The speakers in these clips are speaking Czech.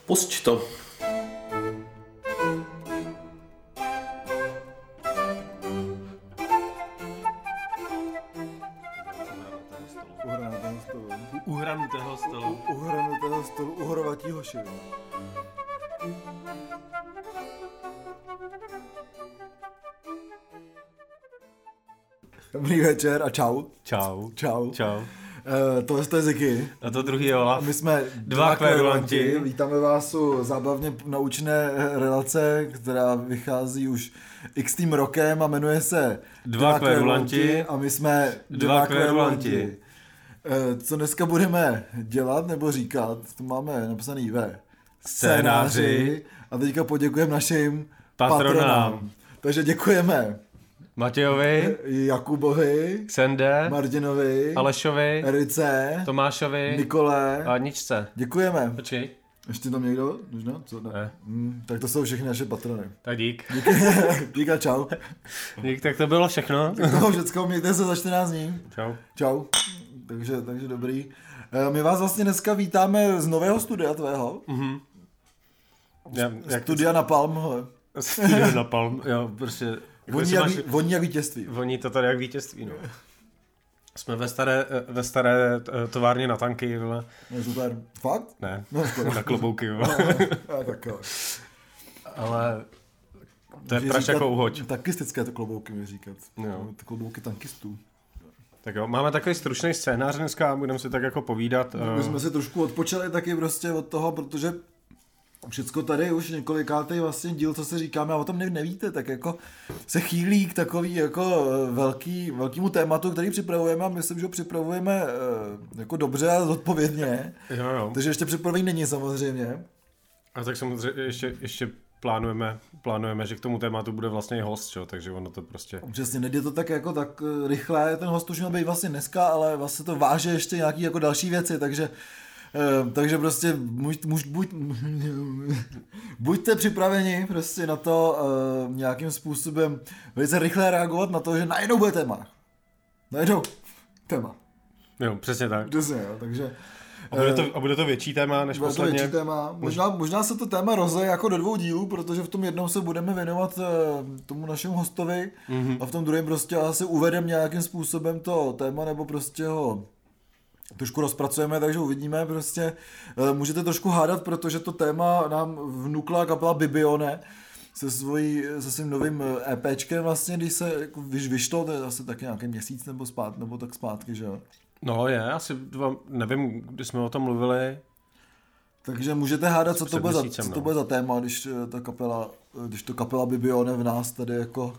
Pusť to. Uhranutého stolu. Uhranutého stolu, uhrovatího širu. Dobrý večer a čau. Čau. Čau. Čau. Tohle je Ziky. A to druhý je Olaf. My jsme dva kverulanti. Vítáme vás u zábavně naučné relace, která vychází už x-tým rokem a jmenuje se Dva kverulanti. A my jsme Dva kverulanti. Co dneska budeme dělat nebo říkat, to máme napsaný ve Scénáři. A teďka poděkujeme našim Patronám. Takže děkujeme Matějovi, Jakubovi, Xende, Martinovi, Alešovi, Erice, Tomášovi Nikole. a Aničce. Děkujeme. Počkej. Ještě tam někdo? Možná? Co? Ne. Tak to jsou všechny naše patrony. Tak dík. Dík a čau. Dík, tak to bylo všechno. Tak toho všecko, mějte se za 14 dní. Čau. Čau. Takže dobrý. My vás vlastně dneska vítáme z nového studia tvého. Mhm. Studia na Palm, hele. Studia na Palm, jo, prostě. Voní jak vítězství. Voní to tady jak vítězství, no. Jsme ve staré továrně na tanky, vole. No, super. Fakt? Ne, No, na klobouky, vole. Tak jo. Ale to je praš jako uhoď. Tankistické to klobouky, mi říkat. Jo. To klobouky tankistů. Tak jo, máme takový stručný scénář dneska a budeme si tak jako povídat. My jsme si trošku odpočali taky prostě od toho, protože všecko tady už několikátej vlastně díl, co se říkáme a o tom nevíte, tak jako se chýlí k takový jako velkýmu tématu, který připravujeme a myslím, že ho připravujeme jako dobře a zodpovědně. Jo. Takže ještě připravený není samozřejmě. A tak samozřejmě ještě plánujeme, že k tomu tématu bude vlastně i host, čo? Takže ono to prostě... Přesně, nejde to tak jako tak rychle, ten host už měl být vlastně dneska, ale vlastně to váže ještě nějaký jako další věci, takže prostě buďte připraveni prostě na to nějakým způsobem velice rychle reagovat na to, že najednou bude téma. Jo, přesně tak. Přesně, jo, takže... A bude to větší téma než bude posledně? To větší téma. Možná se to téma rozleje jako do 2 dílů, protože v tom jednom se budeme věnovat tomu našemu hostovi a v tom druhém prostě asi uvedeme nějakým způsobem to téma nebo prostě ho trošku rozpracujeme, takže uvidíme prostě. Můžete trošku hádat, protože to téma nám vnukla kapela Bibione se svým novým EPčkem vlastně, když vyšlo, to je asi taky nějaký měsíc nebo tak zpátky, že jo? No asi nevím, kdy jsme o tom mluvili. Takže můžete hádat, co to bude za téma, když to kapela Bibione v nás tady jako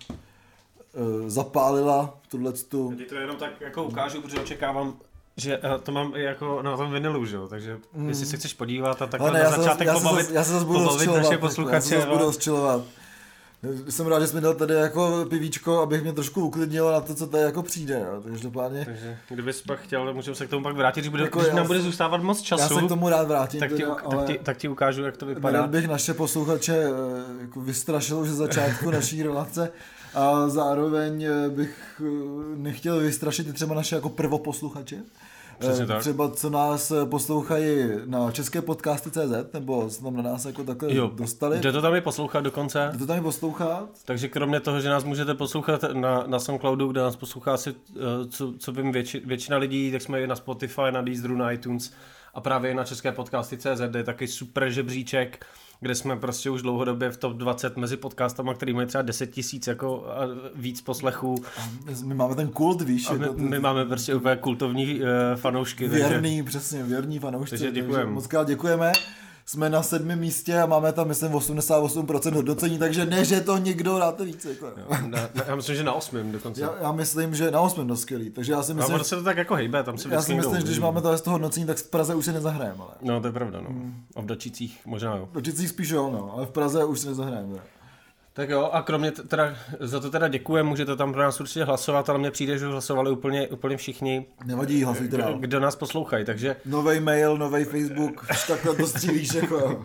zapálila tohletu. Teď to jenom tak jako ukážu, protože očekávám, že to mám jako na tom vinilu, že jo, takže jestli se chceš podívat a takhle na začátek pobavit naše posluchače. Já se budu rozčilovat. Jsem rád, že jsme dali tady jako pivíčko, abych mě trošku uklidnil na to, co tady jako přijde. Jo. Takže kdybys pak chtěl, můžeme se k tomu pak vrátit, když jako nám bude zůstávat moc času. Já se k tomu rád vrátím. Tak ti ukážu, jak to vypadá. Rád bych naše posluchače jako vystrašil už ze začátku naší relace a zároveň bych nechtěl vystrašit i třeba naše jako prvoposluchače. Třeba co nás poslouchají na české podcasty.cz, nebo se tam na nás jako takhle dostali. Jde to tam i poslouchat dokonce. Jde to tam i poslouchat. Takže kromě toho, že nás můžete poslouchat na SoundCloudu, kde nás poslouchá asi, co vím, většina lidí, tak jsme i na Spotify, na Deezeru, na iTunes a právě i na české podcasty.cz, je taky super žebříček, kde jsme prostě už dlouhodobě v top 20 mezi podcastama, který mají třeba 10 000 jako a víc poslechů. My máme ten kult, víš. My máme prostě úplně kultovní fanoušky. Věrní fanoušci. Takže děkujeme. Moc krát děkujeme. Jsme na 7. místě a máme tam, myslím, 88% hodnocení, takže ne, že to někdo dáte víc. Jako. Já myslím, že na 8. dokonce. Já myslím, že na 8. skvělý. Takže já si myslím, že se to tak jako hejbe, tam se já si myslím, že když máme to hodnocení, tak v Praze už se nezahrajeme. Ale. No, to je pravda, no. A v Dačicích možná jo. V Dačicích spíš jo, no, ale v Praze už se nezahrajeme. Tak jo, a kromě za to teda děkujem, můžete tam pro nás určitě hlasovat, ale mně přijde, že hlasovali úplně všichni. Nevadí, hlasujte dál. Kdo nás poslouchají, takže... Novej mail, novej Facebook, takhle to střílíš, jako.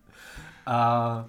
A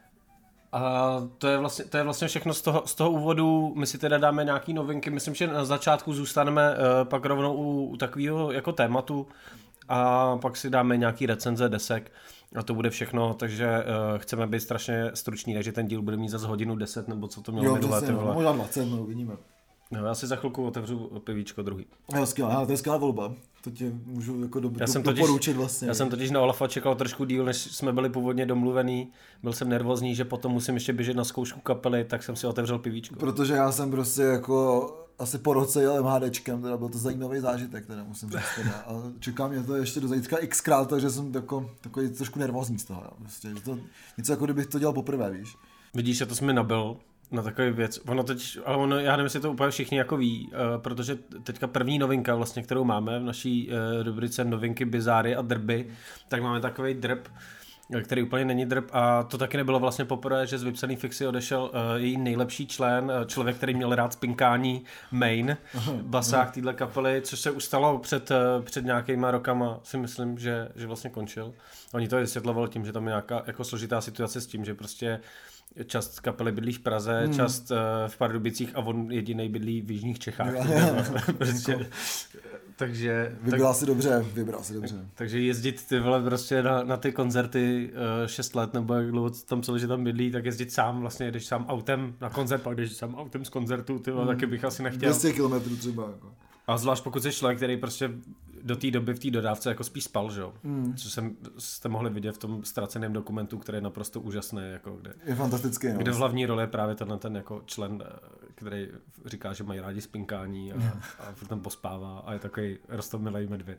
to je vlastně všechno z toho úvodu. My si teda dáme nějaký novinky, myslím, že na začátku zůstaneme pak rovnou u takového jako tématu a pak si dáme nějaký recenze desek. A to bude všechno, takže chceme být strašně stručný, takže ten díl bude mít zase hodinu 10, nebo co to mělo minulé. Možná 20, no, uvidíme. No, já si za chvilku otevřu pivíčko druhý. To je skvělá volba. To ti můžu jako doporučit vlastně. Já jsem totiž na Olafa čekal trošku díl, než jsme byli původně domluvený. Byl jsem nervózní, že potom musím ještě běžet na zkoušku kapely, tak jsem si otevřel pivíčko. Protože já jsem prostě jako asi po roce jel MHDčkem, teda byl to zajímavý zážitek, teda musím říct. Teda. A čeká mě to ještě do zítřka xkrát, takže jsem takový trošku nervózní z toho. Prostě, to, něco jako kdybych to dělal poprvé, víš. Vidíš, že to jsi mi nabil na takový věc. Já nevím, jestli to úplně všichni jako ví, protože teďka první novinka vlastně, kterou máme v naší rubrice novinky, bizáry a drby, tak máme takový drb, který úplně není drb a to taky nebylo vlastně poprvé, že z Vypsaný fixy odešel její nejlepší člen, člověk, který měl rád spinkání, Main, basák téhle kapely, což se ustalo před nějakýma rokama, si myslím, že vlastně končil. Oni to vysvětlovali tím, že tam je nějaká jako složitá situace s tím, že prostě část kapely bydlí v Praze, část v Pardubicích a on jedinej bydlí v jižních Čechách. Prostě, takže vybral si dobře. Takže jezdit ty vole prostě na ty koncerty 6 let, nebo jak dlouho tam psal, že tam bydlí, tak jezdit sám, vlastně jdeš sám autem na koncert, pak jdeš sám autem z koncertu, ty vole, taky bych asi nechtěl. 200 kilometrů třeba. Jako. A zvlášť pokud jsi člověk, který prostě do té doby v té dodávce jako spíš spal, že jo? Což jste mohli vidět v tom ztraceném dokumentu, který je naprosto úžasný, jako kde. Je fantastický. Kde v hlavní roli je právě ten jako člen, který říká, že mají rádi spinkání a furt tam pospává a je takový roztomilej medvěd.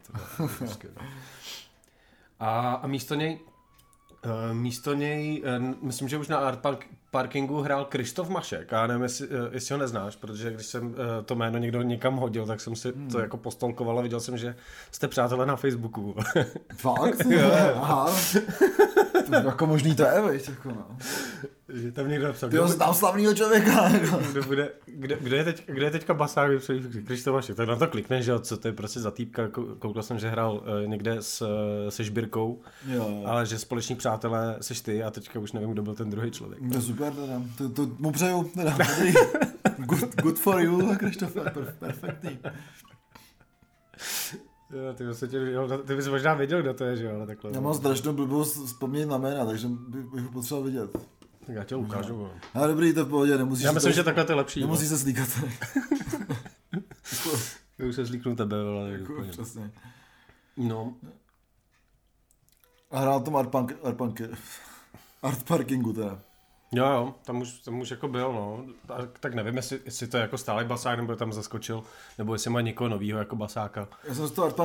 A místo něj, myslím, že už na Art Parkingu hrál Krištof Mašek. Já nevím, jestli ho neznáš, protože když jsem to jméno někdo někam hodil, tak jsem si to jako postolkoval a viděl jsem, že jste přátelé na Facebooku. Fakt? Aha. To jako možný to je, veď, jako no. Že tam někdo napsal. Ty tam slavnýho člověka. Kdo je teďka basák Krištof Mašek? Tak na to klikneš, že co to je prostě za týpka. Koukal jsem, že hrál někde se Žbírkou, ale že společní přátelé seš ty a teďka už nevím, kdo byl ten druhý člověk. No super teda, to mu přeju, teda. Good for you, Krištofe, perfektní. Jo, ty bys možná věděl, kdo to je, že jo, ale takhle. Já mám strašnou blbost vzpomnět na jména, takže bych ho potřeboval vidět. Tak já tě ukážu. No dobrý, to v pohodě, nemusíš. Já myslím, že takhle to je lepší. Nemusíš se slíkat. Já už se slíknu tebe, ale jako, přesně. No. A hrál tom Art Parkingu teda. Jo, tam už jako byl, no. Tak nevím, jestli to je jako stálý basák, nebo tam zaskočil, nebo jestli má někoho novýho jako basáka. Já jsem z toho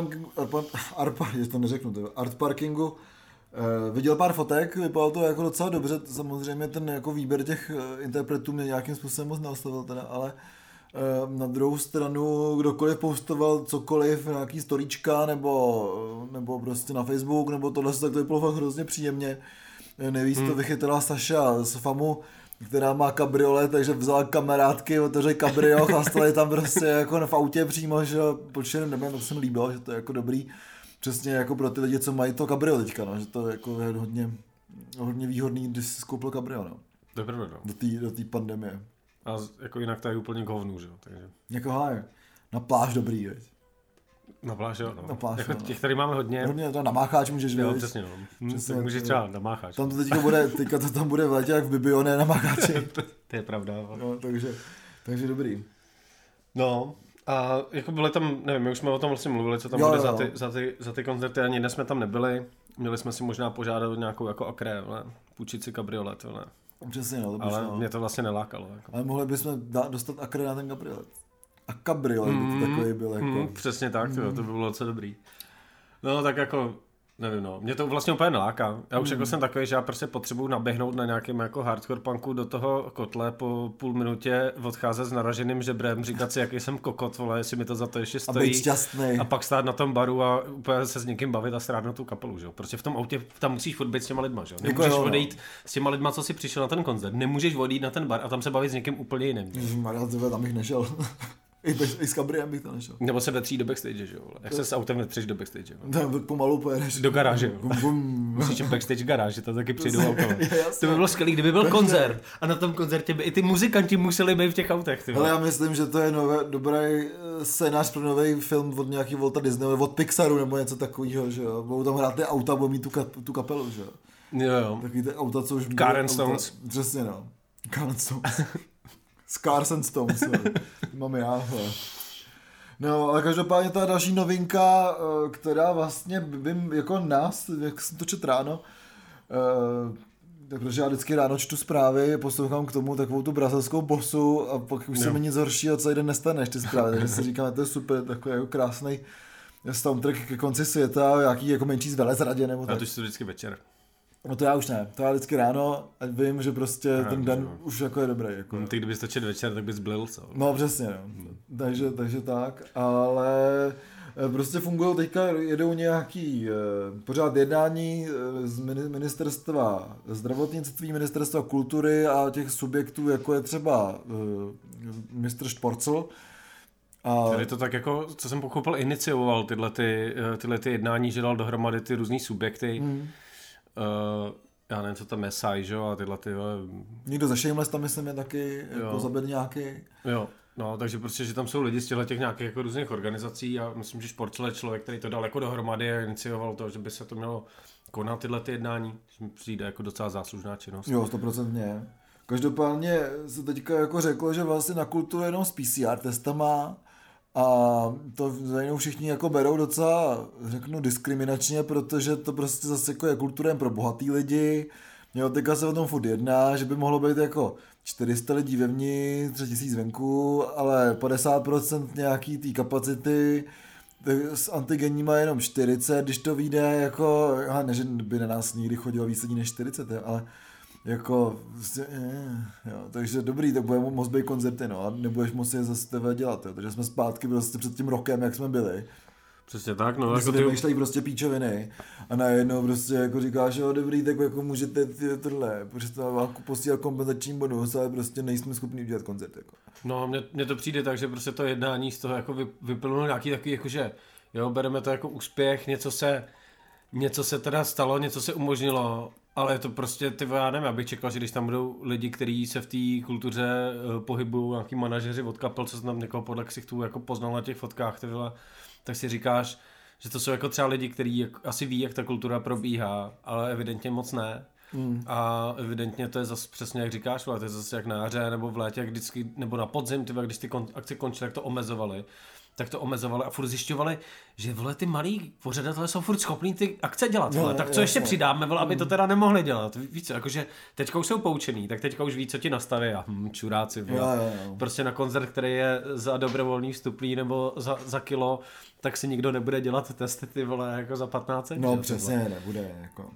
Art Parkingu viděl pár fotek, vypadalo to jako docela dobře, samozřejmě ten jako výběr těch interpretů mě nějakým způsobem moc neoslovil teda, ale na druhou stranu kdokoliv postoval cokoliv, nějaký storíčka nebo prostě na Facebook nebo tohle, tak to vypadalo fakt hrozně příjemně. Nejvíc to vychytala Saša z FAMu, která má kabriolet, takže vzala kamarádky, otevřeli kabrio, chlastali tam prostě jako v autě přímo, že počinem nebem, to se mi líbilo, že to je jako dobrý. Přesně jako pro ty lidi, co mají to kabrio teďka, no, že to jako je hodně výhodný, když si skoupil kabrio, no. To je pravda, no. Do té pandemie. A jako jinak to je úplně k hovnu, že jo, takže. Jako háj, na pláž dobrý, veď. Na pláž, jo, no. Na pláž, jako no. Těch tady máme hodně. Hodně, to na Mácháč můžeš vědět. Jo, přesně, no. Přesně, tak můžeš třeba na Mácháč. Tam to teďka to tam bude v létě jak v Bibione na Mácháči. To je pravda. No, takže dobrý. No. A jako byli tam, nevím, my už jsme o tom vlastně mluvili, co tam bude za ty koncerty, ani dnes jsme tam nebyli. Měli jsme si možná požádat nějakou jako akré, půjčit si kabriolet, ne? Přesně, no, to ale mě to vlastně nelákalo. Jako. Ale mohli bychom dostat akré na ten kabriolet. A kabriolet by to takový byl jako. Přesně tak, to by bylo docela dobrý. No tak jako, nevím, no, mě to vlastně úplně neláká. Já už jako jsem takový, že já prostě potřebuji naběhnout na nějakém jako hardcore punku do toho kotle po půl minutě, odcházet s naraženým žebrem, říkat si, jaký jsem kokot, vole, jestli mi to za to ještě stojí. A být šťastný. A pak stát na tom baru a úplně se s někým bavit a strádnout tu kapelu, že jo. Prostě v tom autě tam musíš furt být s těma lidma, že jo. Nemůžeš odejít s těma lidma, co si přišel na ten koncert. Nemůžeš odejít na ten bar a tam se bavit s někým úplně jiným. Ježišmarja, tam bych nešel. I s kabriem bych to našel. Nebo se vetří do backstage, že jo? Jak se s autem vetřeš do backstage, jo? Tak pomalu pojedeš. Do garáže, jo? Musíš backstage garáže, to taky přijdou auto. To by bylo skvělý, kdyby byl koncert a na tom koncertě by i ty muzikanti museli být v těch autech. Ale já myslím, že to je dobrý scénář pro nový film od nějaký Walta Disney, od Pixaru nebo něco takového, že jo? Budou tam hrát ty auta, budou mít tu kapelu, že jo? Jo. Takový ty auta, co už... Car and Stones. Přesně, no. Car and Stones. Scars and Stones, mám já. No, ale každopádně ta další novinka, která vlastně by jako nás, jak jsem to čet ráno, protože já vždycky ráno čtu zprávy, poslouchám k tomu takovou tu brazilskou bosu a pak už se mi nic horšího celý den nestane než ty zprávy, takže si říkám, to je super, takový jako krásný soundtrack ke konci světa, jaký jako menší z velezradě nebo tak. Já to čtu vždycky večer. No to já už ne, to já vždycky ráno a vím, že prostě ten den už jako je dobrý. Jako. Ty kdybys to čet večer, tak bys blil, co? No přesně, no. Takže tak, ale prostě fungují teďka, jedou nějaký pořád jednání z ministerstva zdravotnictví, ministerstva kultury a těch subjektů, jako je třeba mistr Šporcl. Tady to tak jako, co jsem pochopil, inicioval tyhle ty jednání, že dal dohromady ty různý subjekty. Já nevím, co tam je Saj, a tyhle ty... Někdo ze Shameless tam myslím je taky, jako zabed nějaký. Jo, no, takže prostě, že tam jsou lidi z těch nějakých jako různých organizací a myslím, že Šporcl je člověk, který to dal jako dohromady a inicioval to, že by se to mělo konat tyhle ty jednání, že mi přijde jako docela záslužná činnost. Jo, 100%. Každopádně se teďka jako řeklo, že vlastně na kulturu jenom s PCR testama a to zajímavé všichni jako berou docela, řeknu, diskriminačně, protože to prostě zase jako je kulturem pro bohatý lidi. Jo, teďka se o tom furt jedná, že by mohlo být jako 400 lidí vevnitř, 3000 venku, ale 50% nějaký té kapacity, s antigenníma jenom 40, když to vyjde jako, ne, že by na nás nikdy chodilo víc lidí než 40, ale jako, jo, takže dobrý, tak budeme moc být koncerty, no, a nebudeš moc je zase tebe dělat, jo, takže jsme zpátky prostě před tím rokem, jak jsme byli. Přesně tak, no. Jako vymýšlejí prostě píčoviny a najednou prostě jako říkáš, jo, dobrý, tak jako můžete tohle, protože to vám posílat kompenzační bonus, ale prostě nejsme schopni udělat koncert, jako. No, mně to přijde tak, že prostě to jednání z toho jako vyplnulo nějaký takový, jakože, jo, bereme to jako úspěch, něco se teda stalo, něco se umožnilo, ale je to prostě, já nevím, abych čekal, že když tam budou lidi, kteří se v té kultuře pohybují, nějaký manažeři od kapel, co jsem tam někoho podle ksichtů jako poznal na těch fotkách, tak si říkáš, že to jsou jako třeba lidi, kteří asi ví, jak ta kultura probíhá, ale evidentně moc ne. A evidentně to je zase přesně jak říkáš, ale to je zase jak na jaře nebo v létě, jak vždycky, nebo na podzim, když ty akce končily, jak to omezovali, a furt zjišťovali, že vole, ty malí pořadatelé jsou furt schopní ty akce dělat, vole, tak co ještě přidáme, vole, aby to teda nemohli dělat, víš co, jakože teďka už jsou poučený, tak teďka už ví, co ti nastaví a čuráci, vole. Prostě na koncert, který je za dobrovolný vstupný nebo za kilo, tak si nikdo nebude dělat testy, ty vole, jako za 15. No přesně, nebude, jako.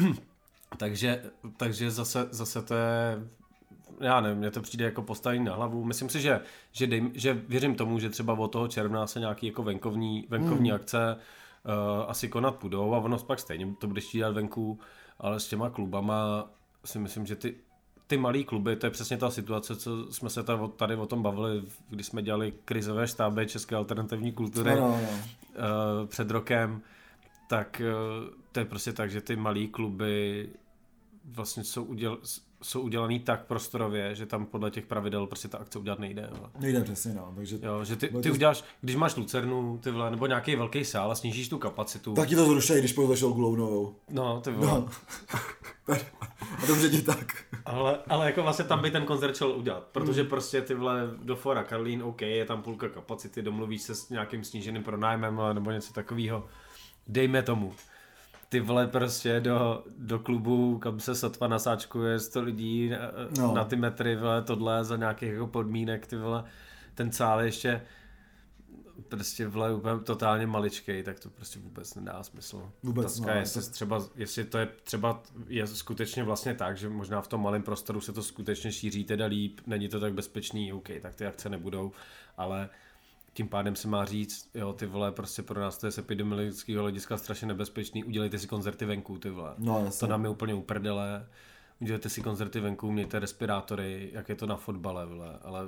takže zase to je, já nevím, mně to přijde jako postavení na hlavu. Myslím si, že věřím tomu, že třeba od toho června se nějaký jako venkovní akce asi konat půjdou a ono pak stejně to bude štídat venku, ale s těma klubama si myslím, že ty malý kluby, to je přesně ta situace, co jsme se tady o tom bavili, když jsme dělali krizové štáby české alternativní kultury před rokem, tak to je prostě tak, že ty malý kluby vlastně jsou udělaný tak prostorově, že tam podle těch pravidel prostě ta akce udělat nejde. Jo. Nejde přesně, no. Takže jo, že ty uděláš, když máš Lucernu, ty vole, nebo nějaký velký sál a snížíš tu kapacitu. Tak ti to zrušejí, když půjdu zašel Glounovou. No, ty vole. No. A dobře ti tak. Ale jako vlastně tam by ten koncert šel udělat, protože prostě ty vole do fora Karlín, OK, je tam půlka kapacity, domluvíš se s nějakým sníženým pronájmem nebo něco takového. Dejme tomu. Ty vole prostě do klubu, kam se sotva nasáčkuje 100 lidí na ty metry, vole, tohle za nějakých jako podmínek, ty vole, ten sál ještě prostě vole úplně totálně maličkej, tak to prostě vůbec nedá smysl. Vůbec no, jestli to je třeba je skutečně vlastně tak, že možná v tom malém prostoru se to skutečně šíří teda líp, není to tak bezpečný, OK, tak ty akce nebudou, ale tím pádem se má říct, jo, ty vole, prostě pro nás to je z epidemiologického hlediska strašně nebezpečný, udělejte si koncerty venku, ty vole. No, to nám je úplně uprdele, udělejte si koncerty venku, mějte respirátory, jak je to na fotbale, vole, ale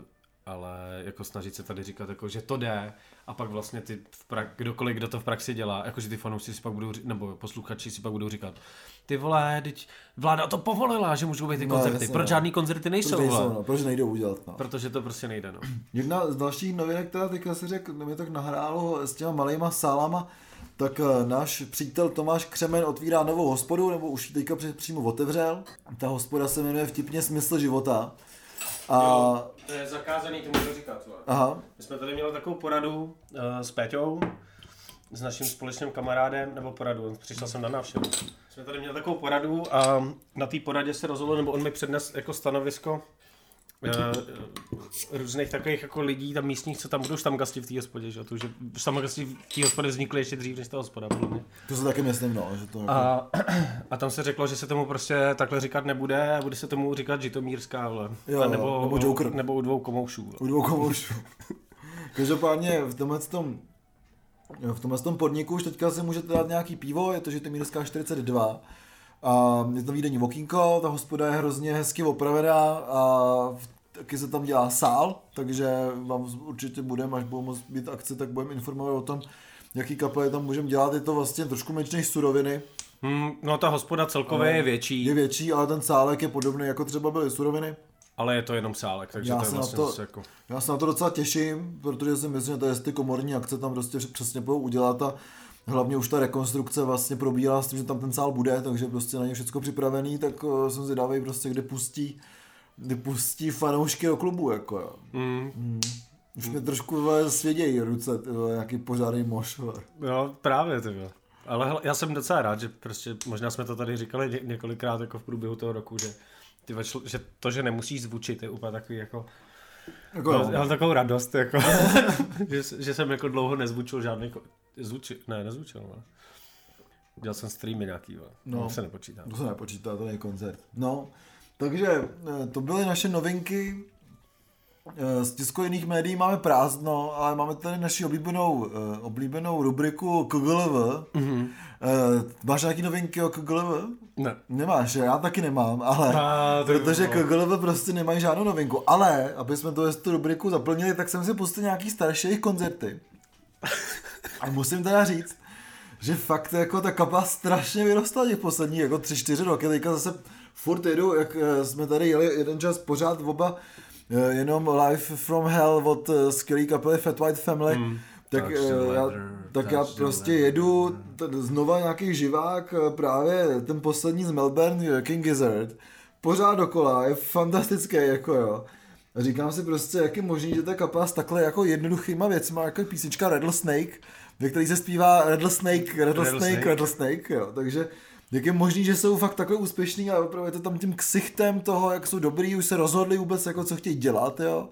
ale jako snažit se tady říkat, jako, že to jde a pak vlastně ty kdokoliv, kdo to v praxi dělá, jakože ty fanoušci si pak budou, nebo posluchači si pak budou říkat, ty vole, teď vláda to povolila, že můžou být ty koncerty. Jasně, Proč žádný koncerty nejsou? Proč nejdou udělat? No. Protože to prostě nejde. No. Jedna z dalších novinek, která teďka si řekl, mě tak nahrálo s těma malejma sálama, tak náš přítel Tomáš Křemen otvírá novou hospodu, nebo už ji teďka přímo otevřel. Ta hospoda se jmenuje vtipně Smysl života. A... Jo, to je zakázaný, to můžu říkat. Aha. My jsme tady měli takovou poradu s Péťou, s naším společným kamarádem, nebo poradu, přišel jsem na návštěvu. Jsme tady měli takovou poradu a na té poradě se rozhodlo, nebo on mi přednes jako stanovisko různých takových jako lidí tam místních, co tam budou štamgasti v té hospodě, že? To, že štamgasti v té hospodě vznikly ještě dřív než ta hospoda, podle mě. To se taky myslím, no. Že to jako... a tam se řeklo, že se tomu prostě takhle říkat nebude a bude se tomu říkat Žitomírská, vole. Jo, nebo Joker. Nebo u dvou komoušů. U dvou komoušů. Každopádně v tomhle podniku už teďka si můžete dát nějaký pivo, je to Žitomírská 42. A je tam výdenní okýnko, ta hospoda je hrozně hezky opravená a taky se tam dělá sál, takže vám určitě budeme, až budou moct být akce, tak budeme informovat o tom, jaký kapely tam můžeme dělat. Je to vlastně trošku menší než suroviny. No ta hospoda celkově je větší. Je větší, ale ten sálek je podobný, jako třeba byly suroviny. Ale je to jenom sálek, takže to je vlastně jako... Já se na to docela těším, protože si myslím, že ty komorní akce tam prostě přesně budou udělat a hlavně už ta rekonstrukce vlastně probíhá s tím, že tam ten sál bude, takže prostě na ně všechno připravený, tak jsem zvědavý prostě, kde pustí fanoušky do klubu, jako jo. Už mě trošku svědějí ruce, nějaký požárný moš. Jo, právě to jo. Ale já jsem docela rád, že prostě, možná jsme to tady říkali několikrát jako v průběhu toho roku, že to, že nemusíš zvučit, je úplně takový jako já mám takovou radost, jako, že jsem jako dlouho nezvučil žádný, nezvučil, ale dělal jsem streamy nějaký, no, to se nepočítá. To se nepočítá, to není koncert. No, takže to byly naše novinky. Z tiskových médií máme prázdno, ale máme tady naši oblíbenou rubriku KGLV. Máš nějaký novinky o KGLV? Ne. Nemáš, já taky nemám, ale protože KGLV prostě nemají žádnou novinku. Ale, aby jsme tu rubriku zaplnili, tak jsem si pustil nějaký starší jejich koncerty. A musím teda říct, že fakt jako ta kapela strašně vyrostla těch posledních jako 3-4 roky. Teďka zase furt jedu, jak jsme tady jeli jeden čas pořád oba jenom Live from Hell od skvělý kapely Fat White Family, tak já prostě jedu znova nějaký živák, právě ten poslední z Melbourne, King Gizzard, pořád dokola, je fantastický, jako jo. A říkám si prostě, jak je možný, že ta kapela s takhle jako jednoduchýma věcma, jako písnička Rattlesnake, ve který se zpívá Rattlesnake, jo, takže jak je možný, že jsou fakt takhle úspěšný a opravdu je to tam tím ksichtem toho, jak jsou dobrý, už se rozhodli vůbec, jako co chtějí dělat, jo.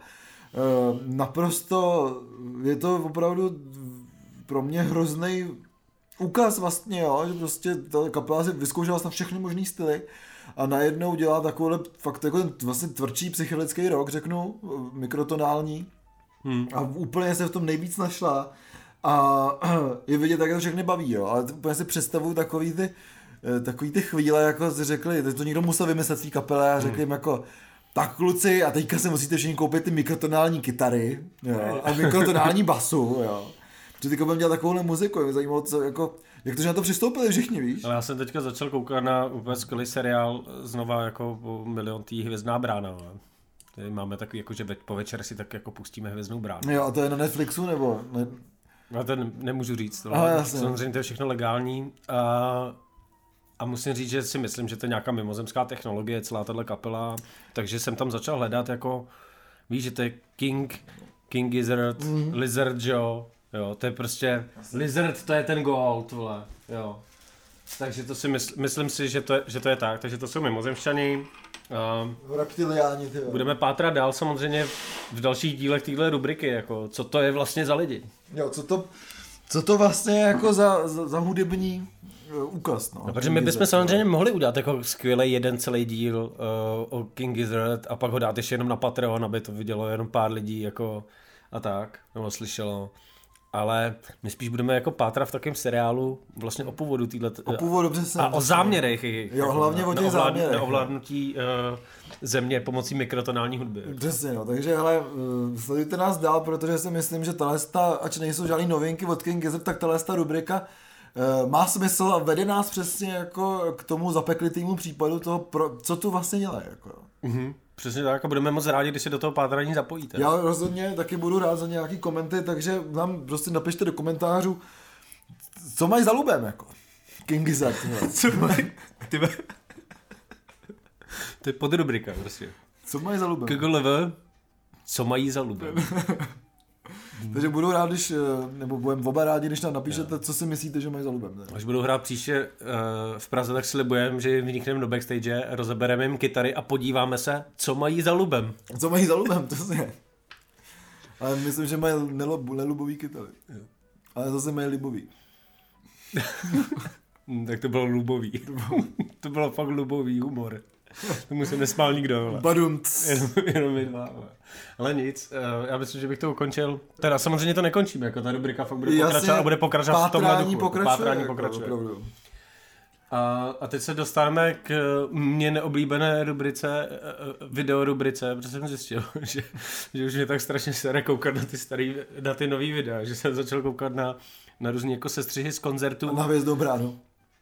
Naprosto je to opravdu pro mě hrozný úkaz vlastně, jo, že prostě ta kapela si vyzkoušela na všechny možný styly a najednou dělá takovýhle fakt jako ten vlastně tvrdší psychedelický rock, řeknu, mikrotonální a úplně se v tom nejvíc našla a je vidět, jak to všechny baví, jo, ale úplně si představuju takový ty chvíle, jako si řekli, to někdo musel vymyslet svý kapele a řekli jim jako tak kluci, a teďka si musíte všichni koupit ty mikrotonální kytary, jo, a mikrotonální basu, jo. Protože teďka budeme dělat takovouhle muziku, mě zajímalo, jak to, že na to přistoupili všichni, víš? Ale já jsem teďka začal koukat na úplně skvělý seriál, znova jako milion Hvězdná brána, ale máme takový, jako, že po večer si tak jako pustíme Hvězdnou bránu. Jo, a to je na Netflixu, nebo? Ne... Já to nemůžu říct, jasně. Samozřejmě to je všechno legální a musím říct, že si myslím, že to je nějaká mimozemská technologie, celá tato kapela, takže jsem tam začal hledat jako, víš, že to je King Gizzard, Lizard Joe, jo, to je prostě, Lizard to je ten goat, vole, jo. Takže to si myslím si, že to je tak, takže to jsou mimozemšťani. Reptiliáni, ty jo. Budeme pátrat dál samozřejmě v dalších dílech téhle rubriky, jako, co to je vlastně za lidi. Jo, co to vlastně je jako za hudební úkaz, no. Protože my bychom samozřejmě mohli udělat jako skvělý jeden celý díl o King Gizzard a pak ho dát ještě jenom na Patreon, aby to vidělo jenom pár lidí jako a tak, nebo slyšelo. Ale my spíš budeme jako pátrat v takovém seriálu vlastně o původu téhle... O původu, přesně. A o záměrech. Jo, hlavně o těch záměrech. Na ovládnutí země pomocí mikrotonální hudby. Přesně, no, takže hele, sledujte nás dál, protože si myslím, že tato, ač nejsou žádný novinky od King Gizzard, tak tato rubrika má smysl a vede nás přesně jako k tomu zapeklitému případu toho, co tu vlastně dělají. Jako. Přesně tak a budeme moc rádi, když se do toho pátrání zapojíte. Já rozhodně taky budu rád za nějaký komenty, takže nám prostě napište do komentářů, co mají za lubem, jako. King Gizzard. Co mají? To je podrubrika, prostě. Co mají za lubem? KGLV, co mají za lubem. Takže budu rád, když, nebo budeme oba rádi, když nám napíšete, co si myslíte, že mají za lubem. Až budou hrát příště v Praze, tak slibujeme, že vnikneme do backstage, rozebereme jim kytary a podíváme se, co mají za lubem. Co mají za lubem, to je. Ale myslím, že mají nelubový kytary. Ale zase mají libový. Tak to bylo lubový. To bylo fakt lubový humor. Tomu se nesmál nikdo. Jenom my dva. Ale nic, já myslím, že bych to ukončil. Teda samozřejmě to nekončím, jako ta rubrika fakt bude pokračovat a bude pokračovat v tomhle duchu. Pátrání pokračuje. A teď se dostaneme k mně neoblíbené rubrice, videorubrice, protože jsem zjistil, že už mě tak strašně sere koukat na ty nový videa, že jsem začal koukat na různý jako sestřihy z koncertů. A na Hvězdnou bránu.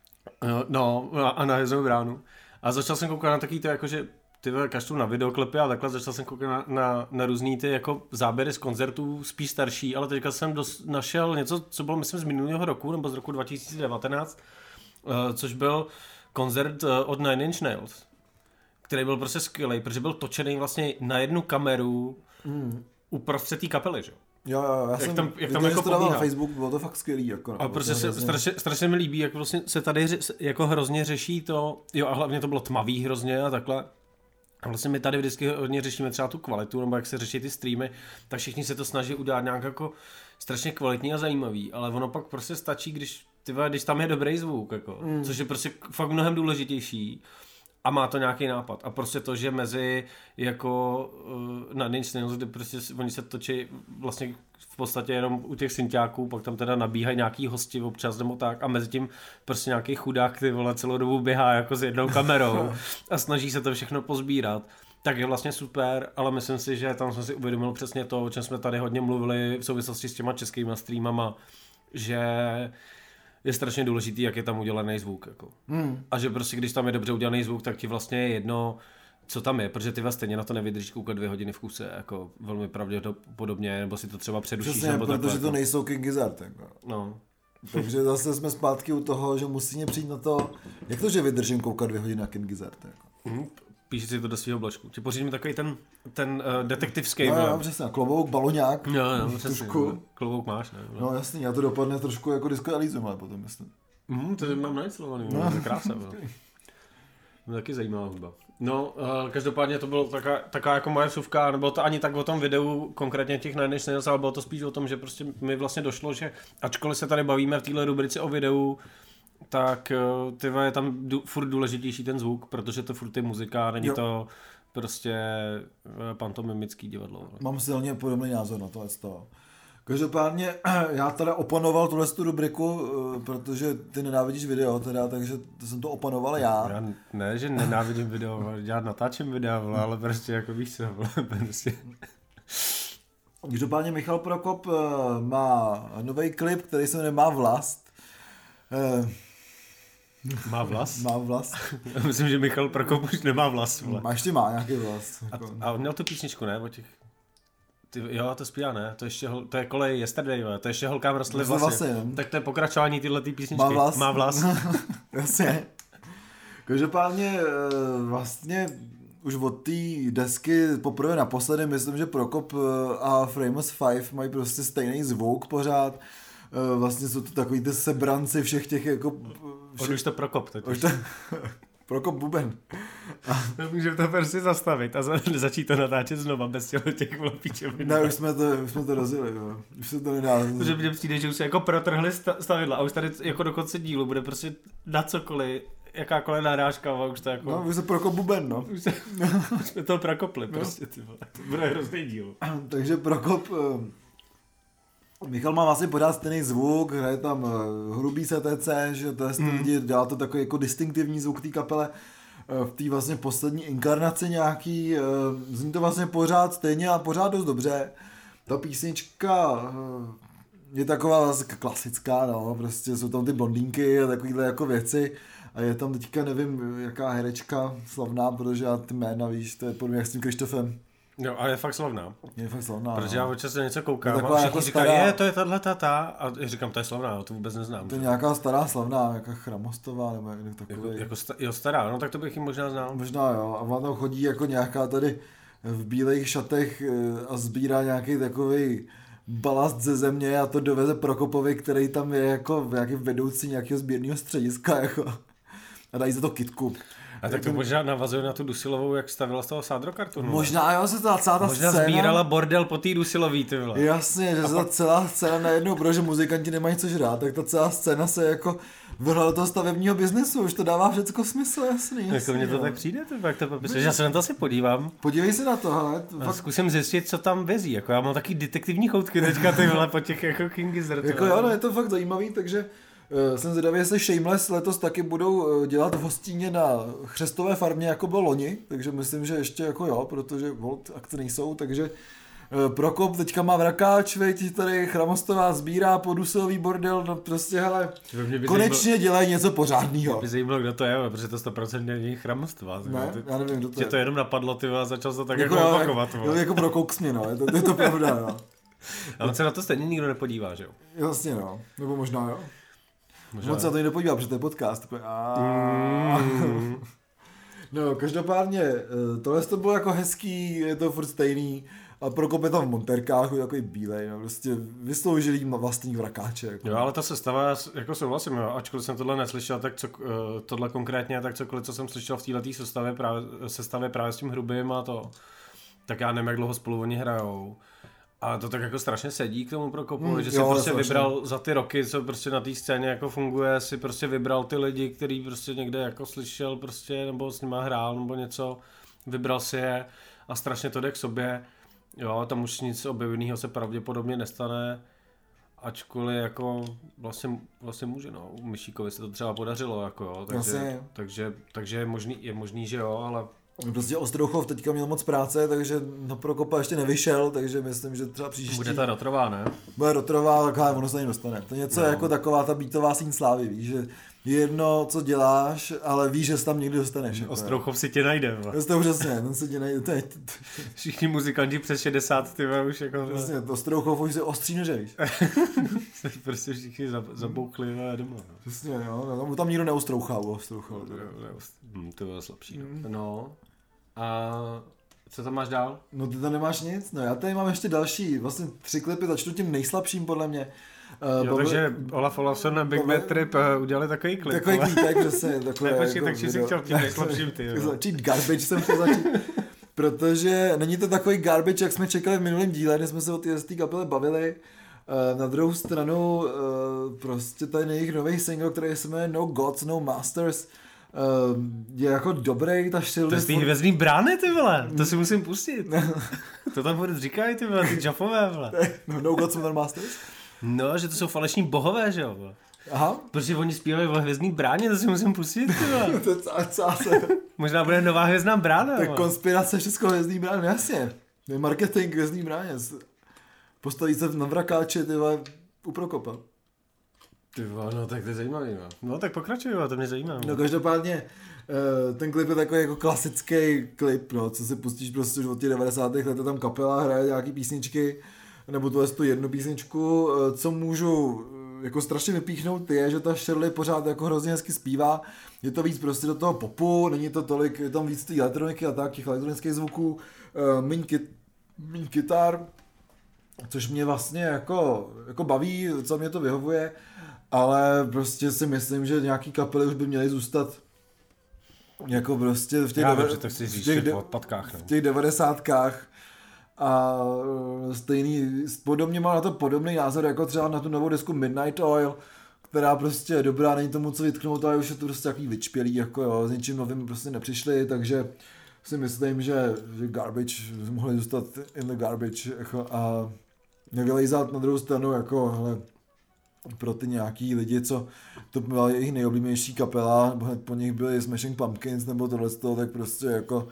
No, a na Hvězdnou bránu. A začal jsem koukat na takový to, jakože ty kaštu na videoklipy a takhle začal jsem koukat na různý ty jako záběry z koncertů, spíš starší, ale teďka jsem našel něco, co bylo myslím z minulého roku, nebo z roku 2019, což byl koncert od Nine Inch Nails, který byl prostě skvělý, protože byl točený vlastně na jednu kameru uprostřed té kapely, že? Jo, já jsem tam jako to dával na Facebook, bylo to fakt skvělý. Jako, a prostě strašně mi líbí, jak vlastně se tady jako hrozně řeší to, jo a hlavně to bylo tmavý hrozně a takhle. A vlastně my tady vždycky hodně řešíme třeba tu kvalitu, nebo jak se řeší ty streamy, tak všichni se to snaží udělat nějak jako strašně kvalitní a zajímavý, ale ono pak prostě stačí, když tam je dobrý zvuk, jako, což je prostě fakt mnohem důležitější. A má to nějaký nápad. A prostě to, že mezi jako na Ninja Nails, kde prostě oni se točí vlastně v podstatě jenom u těch synťáků, pak tam teda nabíhají nějaký hosti občas nebo tak a mezi tím prostě nějaký chudák, ty vole, celou dobu běhá jako s jednou kamerou a snaží se to všechno pozbírat. Tak je vlastně super, ale myslím si, že tam jsem si uvědomil přesně to, o čem jsme tady hodně mluvili v souvislosti s těma českýma streamama, že je strašně důležitý, jak je tam udělaný zvuk. Jako. A že prostě, když tam je dobře udělaný zvuk, tak ti vlastně je jedno, co tam je, protože ty vlastně stejně na to nevydržíš koukat 2 hodiny v kuse, jako velmi pravděpodobně, nebo si to třeba přerušíš. Přesně, nebo protože to nejsou King Gizzard. Jako. No. Takže zase jsme zpátky u toho, že musíme přijít na to, jak to, že vydržím koukat 2 hodiny na King Gizzard. Jako. Píši si to do svého bločku. Ti pořídím takový ten detektivský. No, přesně, klobouk, baloňák. Jo, přesně. Klobouk máš, ne? No jasný, já to dopadne trošku jako Disco Elysium, ale potom myslím. To mám nainstalovaný, to je krása. No, taky zajímavá hudba. No, každopádně to bylo taková jako moje vsuvka, nebylo to ani tak o tom videu, konkrétně těch Nine Inch Nails, ale bylo to spíš o tom, že prostě mi vlastně došlo, že ačkoliv se tady bavíme v téhle rubrice o videu, tak je tam furt důležitější ten zvuk, protože to furt je muzika, není to prostě pantomimický divadlo. Mám silně podobný názor na tohle. Každopádně já teda oponoval tuhle rubriku, protože ty nenávidíš video, teda, takže jsem to oponoval já. Ne, že nenávidím video, já natáčím videa, ale prostě jako víš co, prostě. Každopádně Michal Prokop má nový klip, který se jmenuje Má vlast. Má vlas? Má vlast. Myslím, že Michal Prokop už nemá vlas. Ještě má nějaký vlast. A on měl tu písničku, ne? O těch... Jo, to zpívá, ne? To je kolej Yesterday, to ještě holkám rostly vlasy. Tak to je pokračování tyhle písničky. Má vlas. Jasně. Každopádně vlastně už od té desky poprvé naposledy myslím, že Prokop a Famous Five mají prostě stejný zvuk pořád. Vlastně jsou to takový ty sebranci všech těch jako... Už to Prokop teď. Prokop Buben. Můžeme to prostě zastavit a začít to natáčet znova bez těch píčovin. Ne, už jsme to rozjeli, jo. Už se to nedá. Protože mně přijde, že už se jako protrhli stavidla a už tady jako do konce dílu bude prostě na cokoliv, jakákoliv narážka a už to jako... No, už se Prokop Buben, no. Už jsme to prokopli prostě, ty vole. To bude hrozný díl. Takže Prokop... Michal má vlastně pořád stejný zvuk, hraje tam hrubý CTC, že to je lidi, dělá to takový jako distinktivní zvuk té kapele. v té vlastně poslední inkarnaci nějaký, zní to vlastně pořád stejně a pořád dost dobře. Ta písnička je taková vlastně klasická, no, prostě jsou tam ty blondýnky a takovýhle jako věci a je tam teďka, nevím, jaká herečka slavná, protože já ty jména, víš, to je podobně jak s tím Krištofem. Jo, ale je fakt slavná. Je fakt slavná. Protože já občas něco Je koukám taková a všichni jako říkají, stará- to je tahle ta a já říkám, to je slavná, to vůbec neznám. To je nějaká stará slavná, nějaká Chramostová nebo jak takový. Jo, stará, no tak to bych ji možná znal. Možná jo, a ona tam chodí jako nějaká tady v bílých šatech a sbírá nějaký takový balast ze země a to doveze Prokopovi, který tam je jako nějaký vedoucí nějakého sběrného střediska jako. A dají za to kitku. A tak to možná navazuje na tu Dusilovou, jak stavila z toho sádrokartonu. Možná jo, se ta celá ta Možná scéna... sbírala bordel po té Dusilový, ty vole. Jasně, že se ta celá scéna najednou, protože muzikanti nemají co žrát, tak ta celá scéna se jako vrhla do toho stavebního biznesu, už to dává všecko smysl, jasný. Jako mně to tak přijde, ty jak to popisuješ, já se na to asi podívám. Podívej se na to, hele. A zkusím zjistit, co tam vezí, jako já mám taky detektivní choutky teďka, ty vole, po těch jako King Gizzard. Jako jo, no, je to fakt zajímavý, takže jsem zvědavý, jestli Shameless letos taky budou dělat v hostíně na chřestové farmě, jako bylo loni, takže myslím, že ještě jako jo, protože volt akce nejsou, takže Prokop teďka má vrakáč, veď, tady Chramostová sbírá podusilový bordel, no prostě hele, konečně dělají něco pořádného. Mě zajímalo, kdo to je, protože to 100% není Chramostová. Ne, já nevím, kdo to je. Tě to jenom napadlo, ty a začal to tak jako jako opakovat. Jako Prokoks mě, no, je to pravda, no. A on se na to stejně nikdo nepodívá, že jo? Jasně, no, nebo možná jo. Možná. Moc se na to nepodívá, protože to je podcast. No, každopádně, tohle to bylo jako hezký, je to furt stejný. A Prokop je tam v monterkách, takový bílej, no, prostě vysloužilý vlastní vrakáče. Jako. Jo, ale ta sestava, jako souhlasím, jo, ačkoliv jsem tohle neslyšel, tak tohle konkrétně, tak cokoliv, co jsem slyšel v této sestavě právě s tím Hrubým a to, tak já nevím, jak dlouho spolu oni hrajou. A to tak jako strašně sedí k tomu Prokopovi, že si prostě vybral za ty roky, co prostě na té scéně jako funguje, si prostě vybral ty lidi, který prostě někde jako slyšel prostě, nebo s nima hrál, nebo něco, vybral si je a strašně to jde k sobě. Jo, tam už nic objeveného se pravděpodobně nestane, ačkoliv jako vlastně může, no, u Myšíkovi se to třeba podařilo, jako jo, takže je možný, že jo, ale... Prostě Ostrouchov teďka měl moc práce, takže na Prokopa ještě nevyšel, takže myslím, že třeba příští... Bude ta Rotrová, ne? Bude Rotrová, tak ono se dostane. To je něco jako taková ta beatová síň slávy, víš, že je jedno, co děláš, ale víš, že se tam někdy dostaneš. Jako, Ostrouchov si tě najde. To přesně, ten si tě najde. Všichni muzikanti přes 60, ty už jako... Přesně, Ostrouchov už se ostří nože, víš. Prostě všichni zabouchli a doma. No. Přesně, jo, tam nikdo neustrouchá u Ostrouchova. To bylo slabší. No. A co tam máš dál? No ty tam nemáš nic, no já tady mám ještě další, vlastně 3 klipy, začnu tím nejslabším podle mě. Takže Olaf Olafsson a Big Bad Trip udělali takový klip. Takový klipek, přesně. Počkej, tak si chtěl tím nejslabším ty. Začít garbage jsem chtěl začít. Protože není to takový garbage, jak jsme čekali v minulém díle, kdy jsme se o té kapele bavili. Na druhou stranu prostě ten jejich nový single, který se jmenuje No Gods, No Masters, je jako dobrý, ta šildy. To je z té Hvězdný brány, ty vole, to si musím pustit. To tam vůbec říkají, ty vole, ty džapové, vole. No Gods, No Masters? No, že to jsou faleční bohové, že jo. Aha. Protože oni zpívají o Hvězdný bráně, to si musím pustit, ty vole. To je se. Možná bude nová Hvězdná brána. Tak konspirace, všechno Hvězdný brány, jasně. Je marketing Hvězdný bráně. Postaví se na vrakáče, ty vole, u Prokopa. Ty vole, no tak to je zajímavý, no. No tak pokračuj, to mě zajímá. No každopádně, ten klip je takový jako klasický klip, no, co si pustíš prostě už od těch 90. let, tam kapela hraje nějaký písničky, nebo tu jednu písničku, co můžu jako strašně vypíchnout je, že ta Shirley pořád jako hrozně hezky zpívá, je to víc prostě do toho popu, není to tolik, je tam víc té elektroniky a tak, těch elektronických zvuků, míň kytar, což mě vlastně jako baví, co mě to vyhovuje, ale prostě si myslím, že nějaký kapely už by měly zůstat jako prostě v těch 90kách a podobně mám na to podobný názor jako třeba na tu novou desku Midnight Oil, která prostě je dobrá, není tomu co vytknout, ale už je to prostě takový vyčpělý, jako jo, s ničím novým prostě nepřišli, takže si myslím, že garbage mohli zůstat in the garbage jako, a nevylejzat na druhou stranu, jako hele, pro ty nějaký lidi, co to byla jejich nejoblíbenější kapela, po nich byli Smashing Pumpkins nebo tohleto, tak prostě jako...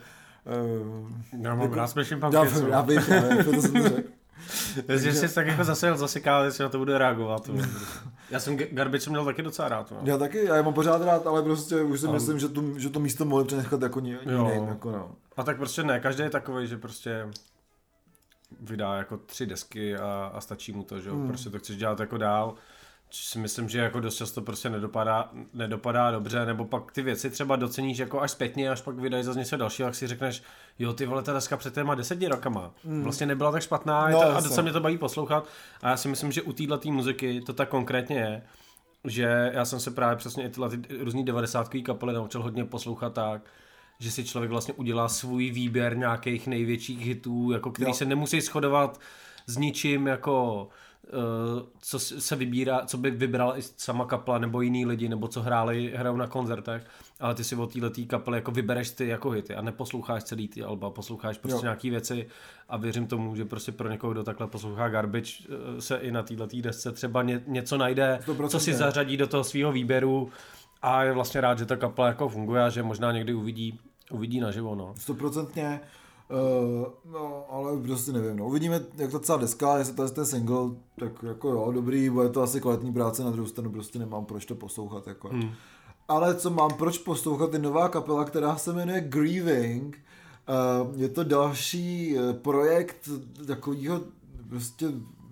Já mám rád Smashing Pumpkins. Já vím, to jsem to řekl. Že jsi tak jako zase zasekal, jestli na to bude reagovat. Já jsem Garbage měl taky docela rád. No. Já taky, já je mám pořád rád, ale prostě už si myslím, že to místo mohli přenechat jako jiným. Jako no. A tak prostě ne, každý je takovej, že prostě vydá jako 3 desky a stačí mu to, že jo. Prostě to chceš dělat jako dál. Si myslím, že jako dost často prostě nedopadá dobře, nebo pak ty věci třeba doceníš jako až zpětně, až pak vydají zase něco dalšího, tak si řekneš, jo, ty vole, ta deska před těma 10 rokama vlastně nebyla tak špatná a docela mě to baví poslouchat a já si myslím, že u této muziky to tak konkrétně je, že já jsem se právě přesně i tyhle různý 90kový kapely naučil hodně poslouchat tak, že si člověk vlastně udělá svůj výběr nějakých největších hitů, jako který se nemusí shodovat s ničím jako co se vybírá, co by vybral i sama kapela nebo jiný lidi, nebo co hrajou na koncertech, ale ty si od této kapely jako vybereš ty jako hity a neposloucháš celý ty alba, posloucháš prostě nějaký věci a věřím tomu, že prostě pro někoho, kdo takhle poslouchá Garbage, se i na této desce třeba něco najde, 100%. Co si zařadí do toho svého výběru a je vlastně rád, že ta kapela jako funguje a že možná někdy uvidí naživo, no. 100%. No, ale prostě nevím, no. Uvidíme, jak ta celá deska, jestli to je ten single, tak jako jo, dobrý, bude to asi kvalitní práce, na druhou stranu prostě nemám proč to poslouchat, jako. Ale co mám proč poslouchat, je nová kapela, která se jmenuje Grieving, je to další projekt takovýho prostě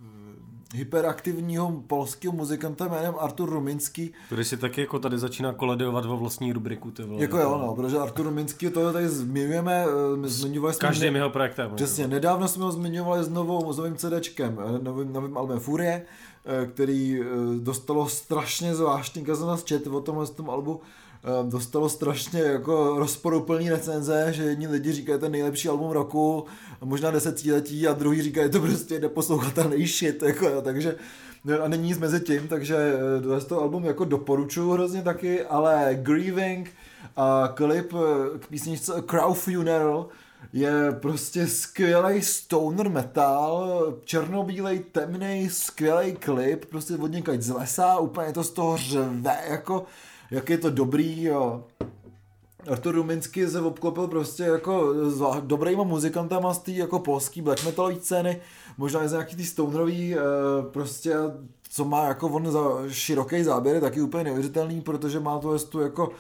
hyperaktivního polského muzikanta jménem Artur Ruminský. Který si taky jako tady začíná koledovat vo vlastní rubriku. Ty vole, jako jo, no, protože Artur Ruminský, to tady zmiňujeme, zmiňovali jsme... Každým jeho projektem. Přesně, nedávno jsme ho zmiňovali s novým CDčkem, novým albumem Furie, který dostalo strašně zvláštní, když jsem nás četl o tomhle albu, dostalo strašně jako rozporuplný recenze, že jedni lidi říkají, to je nejlepší album roku, možná 10letí a druhý říkají, to prostě neposlouchatelný shit, jako, takže a není nic mezi tím, takže to album jako doporučuji hrozně taky, ale Grieving a klip k písničce A Crow Funeral je prostě skvělej stoner metal, černobílej, temnej, skvělej klip, prostě od někaď z lesa, úplně to z toho řve, jako jak je to dobrý, jo. Artur Ruminský se obklopil prostě jako dobrýma muzikantama z té jako polský black metalové scény, možná i z nějaký ty stonerový, prostě, co má jako on za široký záběr, je taky úplně neuvěřitelný, protože má to tu jako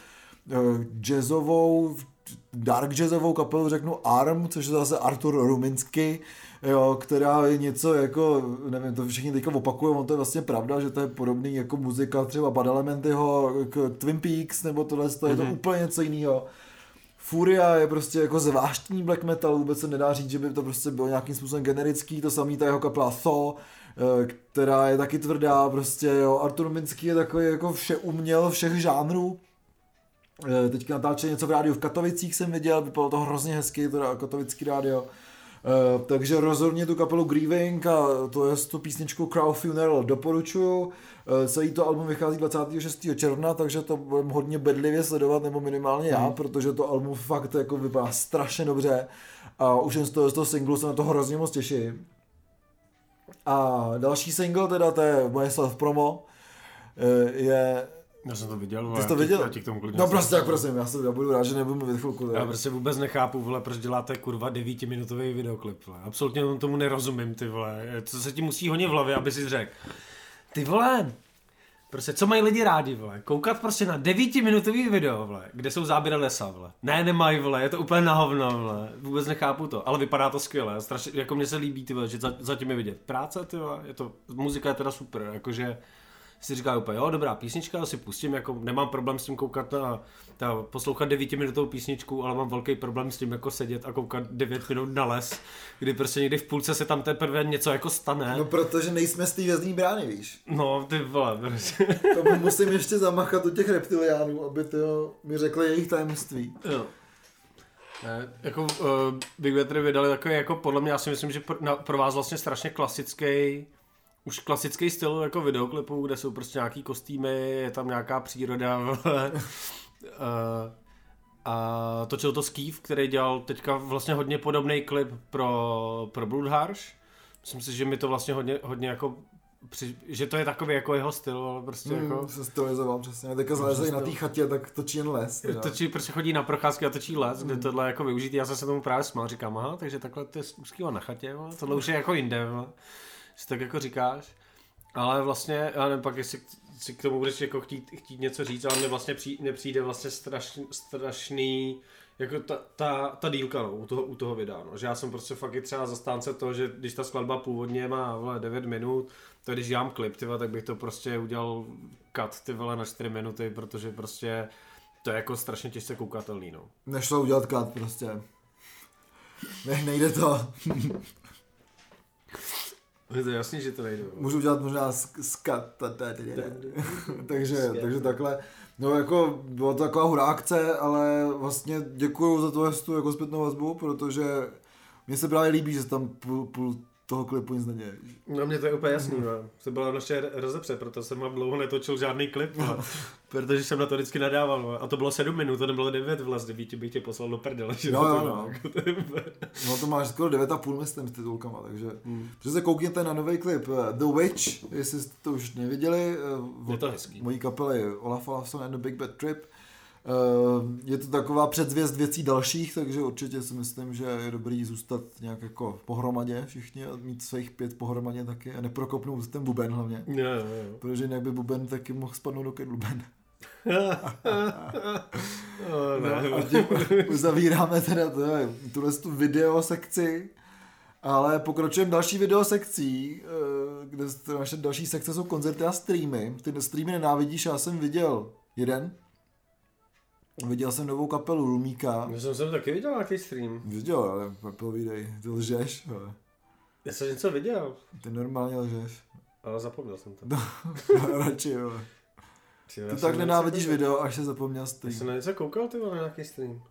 jazzovou, dark jazzovou kapelu, řeknu ARM, což je zase Artur Ruminský, jo, která je něco jako, nevím, to všichni teďka opakují, on to je vlastně pravda, že to je podobný jako muzika třeba Bad Elementyho k Twin Peaks, nebo tohle, je to úplně něco jiného. Furia je prostě jako zvláštní black metal, vůbec se nedá říct, že by to prostě bylo nějakým způsobem generický, to samý ta jeho kapela Thaw, která je taky tvrdá, prostě jo, Artur Ruminský je takový jako vše uměl všech žánrů. Teďka natáčel něco v rádiu v Katovicích jsem viděl, vypadalo to hrozně hezky, to katovický rádio. Takže rozhodně tu kapelu Grieving a to je tu písničku Crow Funeral doporučuju. Celý to album vychází 26. června, takže to budeme hodně bedlivě sledovat, nebo minimálně já, protože to album fakt jako vypadá strašně dobře a už jen z toho singlu se na to hrozně moc těším. A další single, teda to je moje self-promo, je... Já jsem to viděl, ty jsi to viděl? Já ti k tomu klidně no prostě, tak prosím, já budu rád, že nebudu mluvit chvilku. Já prostě vůbec nechápu, vole, proč děláte kurva 9minutový videoklip, vole. Absolutně tomu nerozumím, ty vole. Co se ti musí honit v hlavě, aby si řekl. Ty vole, prostě co mají lidi rádi, vole? Koukat prostě na 9minutový video, vole, kde jsou záběry lesa, vole. Ne, nemají, vole, je to úplně na hovno, vole. Vůbec nechápu to, ale vypadá to skvěle. Strašně, jako mně se líbí, ty vole, že zatím je vidět práce, ty vole, je to, muzika je teda super, jakože si říká úplně, jo, dobrá písnička, to si pustím, jako nemám problém s tím koukat poslouchat 9minutovou písničku, ale mám velký problém s tím jako sedět a koukat 9 minut na les, kdy prostě někdy v půlce se tam teprve něco jako stane. No protože nejsme z té Vězdní brány, víš. No, ty vole, prostě. To musím ještě zamachat u těch reptiliánů, aby to mi řekli jejich tajemství. Jo. Ne, jako Big Weather vydali takový, jako podle mě, já si myslím, že pro vás vlastně strašně klasický styl jako videoklipů, kde jsou prostě nějaký kostýmy, je tam nějaká příroda, a točil to Skeef, který dělal teďka vlastně hodně podobný klip pro Bloodharsh. Myslím si, že mi to vlastně hodně jako že to je takový jako jeho styl, ale prostě jako... Se stylizoval přesně, teďka zalezejí na té chatě, tak točí jen les. Točí, prostě chodí na procházky a točí les, kde tohle jako využít, já jsem se tomu právě smál, říkám, aha, takže takhle to je skývat na chatě, tohle už je jako jinde, že tak jako říkáš. Ale vlastně, já nevím pak, jestli si k tomu budeš jako chtít něco říct, ale mně vlastně nepřijde vlastně strašný jako ta dílka no, u toho videa, no. Že já jsem prostě fakt i třeba zastánce toho, že když ta skladba původně má 9 minut, tak když dělám klip, tak bych to prostě udělal cut na 4 minuty, protože prostě to je jako strašně těžce koukatelný, no. Nešlo udělat cut prostě. Nejde to. Je to jasný, že to nejde. Můžu udělat možná skat. takže takhle. No jako byla to taková hurá akce, ale vlastně děkuju za tu jako zpětnou vazbu, protože mně se právě líbí, že tam půl toho klipu nic neděje. No mně to je úplně jasný, to byla naše rozepře, proto jsem vám dlouho netočil žádný klip, protože jsem na to vždycky nadával, a to bylo 7 minut, to nebylo 9 vlastně, bych tě poslal do prdele. No. No to máš skoro 9,5 myslím s titulkama, takže protože se koukněte na nový klip The Witch, jestli jste to už neviděli, je to hezký. Mojí kapely Olaf Olafsson and the Big Bad Trip. Je to taková předzvěst věcí dalších, takže určitě si myslím, že je dobrý zůstat nějak jako pohromadě všichni a mít svých 5 pohromadě taky a neprokopnout ten buben hlavně. Jo. Protože jinak by buben taky mohl spadnout do kedluben. A tím uzavíráme teda tuhle video sekci, ale pokračujeme další video sekcí, kde naše další sekce jsou koncerty a streamy. Ty streamy nenávidíš, já jsem viděl jeden. Viděl jsem novou kapelu Lumíka. Já jsem taky viděl nějaký stream. Viděl, ale povídej, ty lžeš. Ale. Já jsem něco viděl. Ty normálně lžeš. Ale zapomněl jsem to. Radši jo. Ty tak nenávidíš video, až se zapomněl stream. Já jsem na něco koukal, ty vole, na nějaký stream.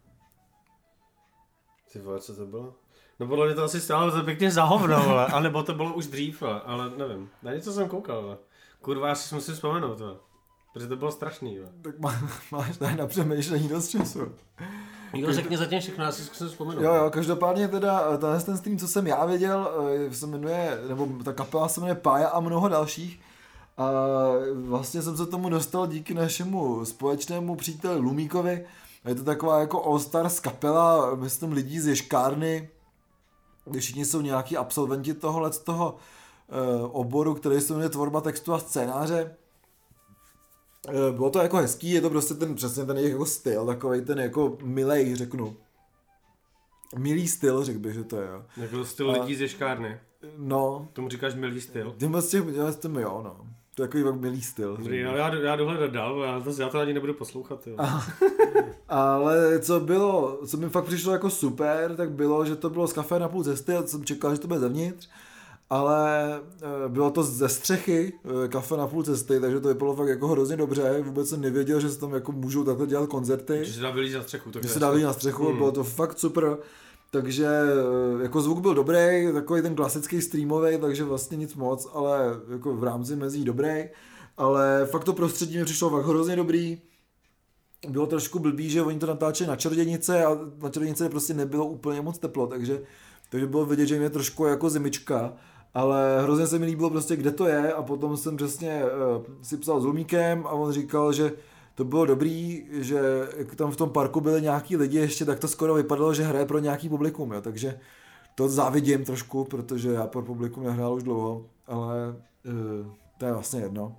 Ty vole, co to bylo? No podle mě to asi stálo to pěkně za hovno, vole. A nebo to bylo už dřív, vole. Ale nevím. Na něco jsem koukal, vole. Kurva, já si musím vzpomenout, vole. Protože to bylo strašný, jo. Tak máš tady na přemýšlení dost času. Jo, řekni zatím všechno, já si zkusím vzpomenout. Jo, každopádně teda ten stream, co jsem já viděl, se jmenuje, nebo ta kapela se jmenuje Pája a mnoho dalších. A vlastně jsem se tomu dostal díky našemu společnému příteli Lumíkovi. Je to taková jako all-stars kapela, myslím lidí z Ješkárny, kde všichni jsou nějaký absolventi tohohle z toho oboru, který se jmenuje tvorba textu a scénáře. Bylo to jako hezký, je to prostě přesně ten jejich jako styl, takovej ten jako milej, řeknu. Milý styl, řekl bych, že to je, jo. Jako styl lidí z Ješkárny. No. Tomu říkáš milý styl? Těmhle z těch, jo, no. To je takový jako milý styl. Já dohle dál, já to ani nebudu poslouchat, jo. Ale co mi fakt přišlo jako super, tak bylo, že to bylo z kafe na půl cesty a jsem čekal, že to bude zevnitř. Ale bylo to ze střechy, kafe na půl cesty, takže to vypadalo fakt jako hrozně dobře, vůbec jsem nevěděl, že se tam jako můžou takhle dělat koncerty. Že se dá vylít na střechu. Že se dá vylít na střechu, bylo to fakt super, takže jako zvuk byl dobrý, takový ten klasický streamový, takže vlastně nic moc, ale jako v rámci mezí dobrý, ale fakt to prostředí mi přišlo fakt hrozně dobrý. Bylo trošku blbý, že oni to natáčeli na Čarodějnice a na Čarodějnice prostě nebylo úplně moc teplo, takže bylo vidět, že jim je trošku jako zimička. Ale hrozně se mi líbilo prostě, kde to je a potom jsem přesně si psal s Lumíkem a on říkal, že to bylo dobrý, že jak tam v tom parku byli nějaký lidi ještě, tak to skoro vypadalo, že hraje pro nějaký publikum, jo. Takže to závidím trošku, protože já pro publikum nehrál už dlouho, ale to je vlastně jedno.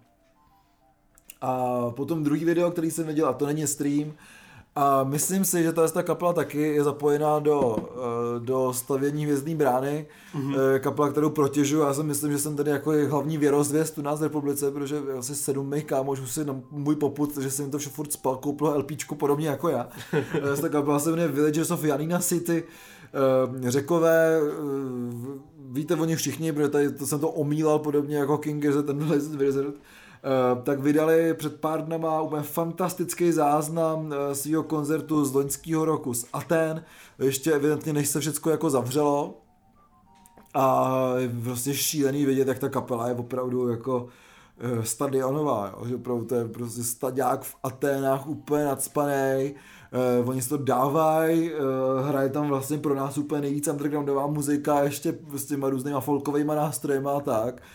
A potom druhý video, který jsem viděl, a to není stream, a myslím si, že ta kapela taky je zapojená do stavění Hvězdný brány, kapela, kterou protěžuji. Já si myslím, že jsem tady jako hlavní věrozvěst u nás v republice, protože asi 7 mých kámošů si na můj popud, že jsem jim to vše furt spal, koupilo LPčko podobně jako já. Ta kapela se jmenuje Villagers of Janina City, Řekové, víte o nich všichni, protože tady to jsem to omílal podobně jako King Gizzard and the Lizard Wizard. Tak vydali před pár dnama úplně fantastický záznam svého koncertu z loňského roku z Aten, ještě evidentně než se všechno jako zavřelo a je prostě šílený vidět, jak ta kapela je opravdu jako stadionová, jo? Že opravdu to je prostě stadiák v Aténách úplně nacpanej, oni si to dávají, hraje tam vlastně pro nás úplně nejvíc undergroundová muzika, ještě s těma různýma folkovejma nástrojema a tak.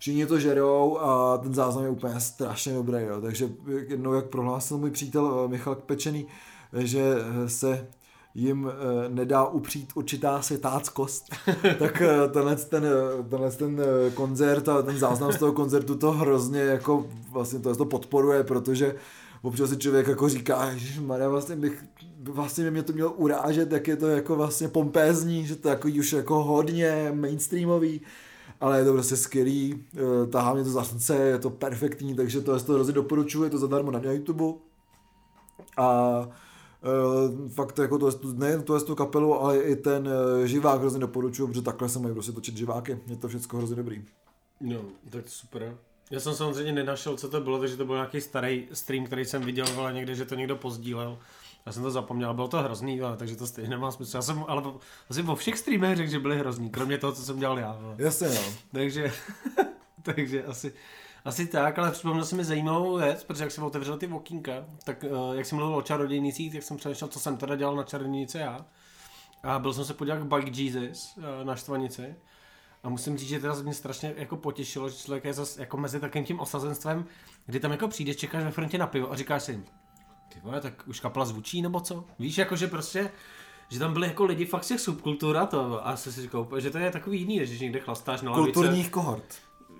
všichni to žerou a ten záznam je úplně strašně dobrý, jo. Takže jednou, jak prohlásil můj přítel Michal Pečený, že se jim nedá upřít určitá světáckost, tak tenhle ten koncert a ten záznam z toho koncertu to hrozně jako vlastně to podporuje, protože občas si člověk jako říká, ježišmarja, vlastně mě to mělo urážet, jak je to jako vlastně pompézní, že to jako už jako hodně mainstreamový, ale je to prostě skvělý, tahá mě to za srdce, je to perfektní, takže to hrozně doporučuji, je to zadarmo na YouTube a fakt jako nejen tu kapelu, ale i ten živák hrozně doporučuji, protože takhle se mají prostě točit živáky, je to všechno hrozně dobrý. No, tak super. Já jsem samozřejmě nenašel, co to bylo, takže to byl nějaký starý stream, který jsem viděl, ale někde, že to někdo pozdílel. Já jsem to zapomněl, bylo to hrozný, takže to stejně nemá smysl. Já jsem ale asi vo všech streamech řekl, že byly hrozný, kromě toho, co jsem dělal já. Jasně, no. takže asi tak, ale připomněl jsem mi zajímavou věc, protože jak jsem otevřel ty okýnka, tak jak jsem mluvil o čarodějnicích, tak jsem přemýšlel, co jsem teda dělal na čarodějnice já. A byl jsem se podívat k Bike Jesus na Štvanici. A musím říct, že teda mě strašně jako potěšilo, že člověk je zase jako mezi takým tím osazenstvem, kdy tam jako přijdeš, čekáš ve frontě na pivo a říkáš si, ty vole, tak už kapela zvučí nebo co? Víš, jako že prostě, že tam byli jako lidi fakt z těch subkultur a to, a si říkal, že to je takový jiný, než když někde chlastáš na lavice. Kulturních kohort.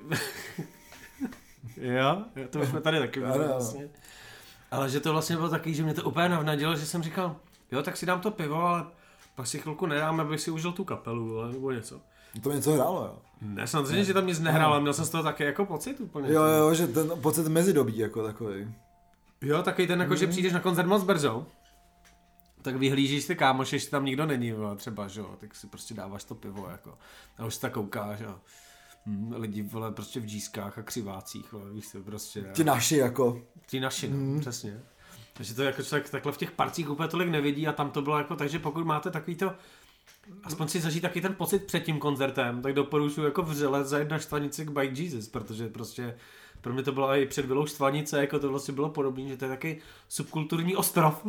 Jo, to už jsme tady taky byli vlastně. Ale že to vlastně bylo taky, že mě to úplně navnadilo, že jsem říkal, jo, tak si dám to pivo, ale pak si chvilku nedám, abych si užil tu kapelu, nebo něco. To něco hrálo, jo? Ne, samozřejmě, že tam nic nehrálo, měl jsem z toho taky jako pocit úplně. Jo, že ten pocit mezidobí jako takový. Jo, takový ten jako, že přijdeš na koncert moc brzo, tak vyhlížíš ty kámoši, že tam nikdo není, třeba, že jo, tak si prostě dáváš to pivo, jako. A už tak koukáš, jo. Lidi, vole, prostě v džískách a křivácích, vole, víš to prostě. Ti naši, jako. Ti naši, no, přesně. Takže to jako člověk takhle v těch parcích úplně tolik nevidí a tam to bylo jako, takže pokud máte takový to, aspoň si zažít taky ten pocit před tím koncertem, tak doporučuji jako vřele zajet na Štvanici k Bike Jesus, protože prostě pro mě to bylo i před Vilou Štvanice, jako to vlastně bylo podobné, že to je taky subkulturní ostrov.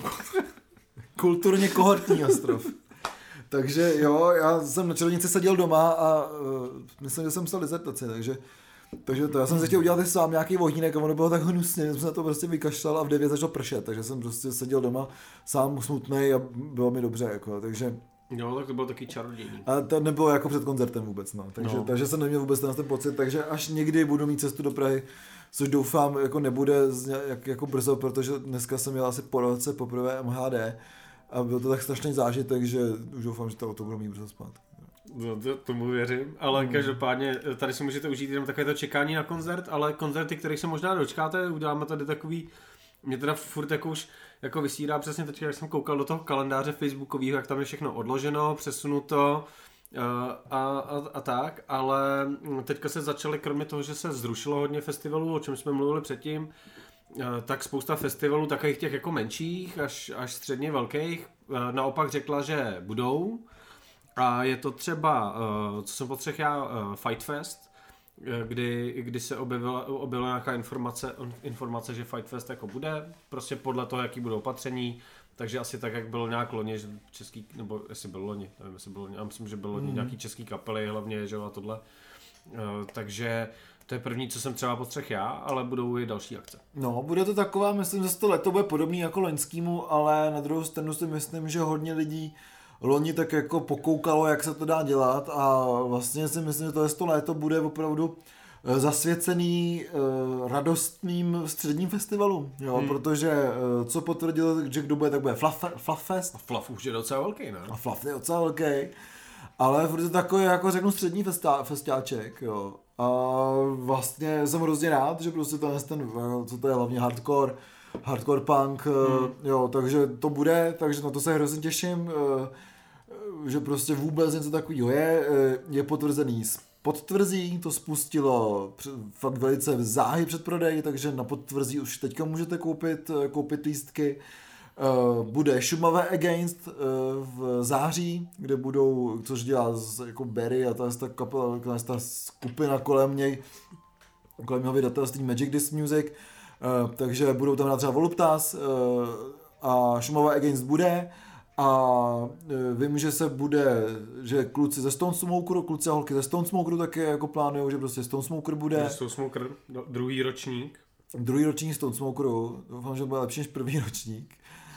Kulturně kohortní ostrov. Takže jo, já jsem na čarodějnici seděl doma a myslím, že jsem psal disertaci, takže to já jsem si chtěl udělat i sám nějaký ohýnek a ono bylo tak hnusně, že jsem na to prostě vykašlal a v 9 začal pršet, takže jsem prostě seděl doma sám smutnej a bylo mi dobře, jako, takže... Jo, tak to bylo taky čarodějní. A to nebylo jako před koncertem vůbec, no. Takže jsem neměl vůbec ten pocit, takže až někdy budu mít cestu do Prahy, což doufám jako nebude jako brzo, protože dneska jsem měl asi po roce poprvé MHD a byl to tak strašný zážitek, že už doufám, že to auto budu mít brzo spát. No, tomu věřím, ale každopádně tady si můžete užít jenom takové to čekání na koncert, ale koncerty, kterých se možná dočkáte, uděláme tady takový, mě teda furt jako už jako vysírá přesně teď, jak jsem koukal do toho kalendáře facebookového, jak tam je všechno odloženo, přesunuto a tak, ale teďka se začaly, kromě toho, že se zrušilo hodně festivalů, o čem jsme mluvili předtím, tak spousta festivalů takových těch jako menších až středně velkých naopak řekla, že budou. A je to třeba, co jsem potřehl já, Fight Fest, kdy se objevila nějaká informace, že Fight Fest jako bude, prostě podle toho, jaký budou opatření, takže asi tak, jak bylo nějak loni, že český, nebo jestli byl loni, nevím, jestli byl loni, já myslím, že byl loni nějaký český kapely, hlavně, že a tohle, takže to je první, co jsem třeba potřehl já, ale budou i další akce. No, bude to taková, myslím, že to leto bude podobný jako loňskýmu, ale na druhou stranu si myslím, že hodně lidí loni tak jako pokoukalo, jak se to dá dělat a vlastně si myslím, že to léto bude opravdu zasvěcený radostným středním festivalům, jo, protože co potvrdil, že kdo bude, tak bude Fluff Fest. A Fluff už je docela velký, ne? A Fluff je docela velký, ale furt je takový, jako řeknu, střední festiáček, jo. A vlastně jsem hrozně rád, že prostě ten, co to je hlavně hardcore punk, jo, takže to bude, takže na to se hrozně těším, že prostě vůbec něco takového je potvrzený z Podtvrzí, to spustilo fakt velice záhy předprodej, takže na Podtvrzí už teďka můžete koupit lístky. Bude Šumavé Against v září, kde budou, což dělá jako Barry a ta kapela, ta skupina kolem jeho vydatelství Magic Disc Music, takže budou tam hrát třeba Voluptas a Šumavé Against bude A vím, že že kluci ze Stone Smokeru, kluci a holky ze Stone Smokeru taky jako plánujou, že prostě Stone Smoker bude. Stone Smoker, druhý ročník. Druhý ročník Stone Smokeru, doufám, že bude lepší než první ročník.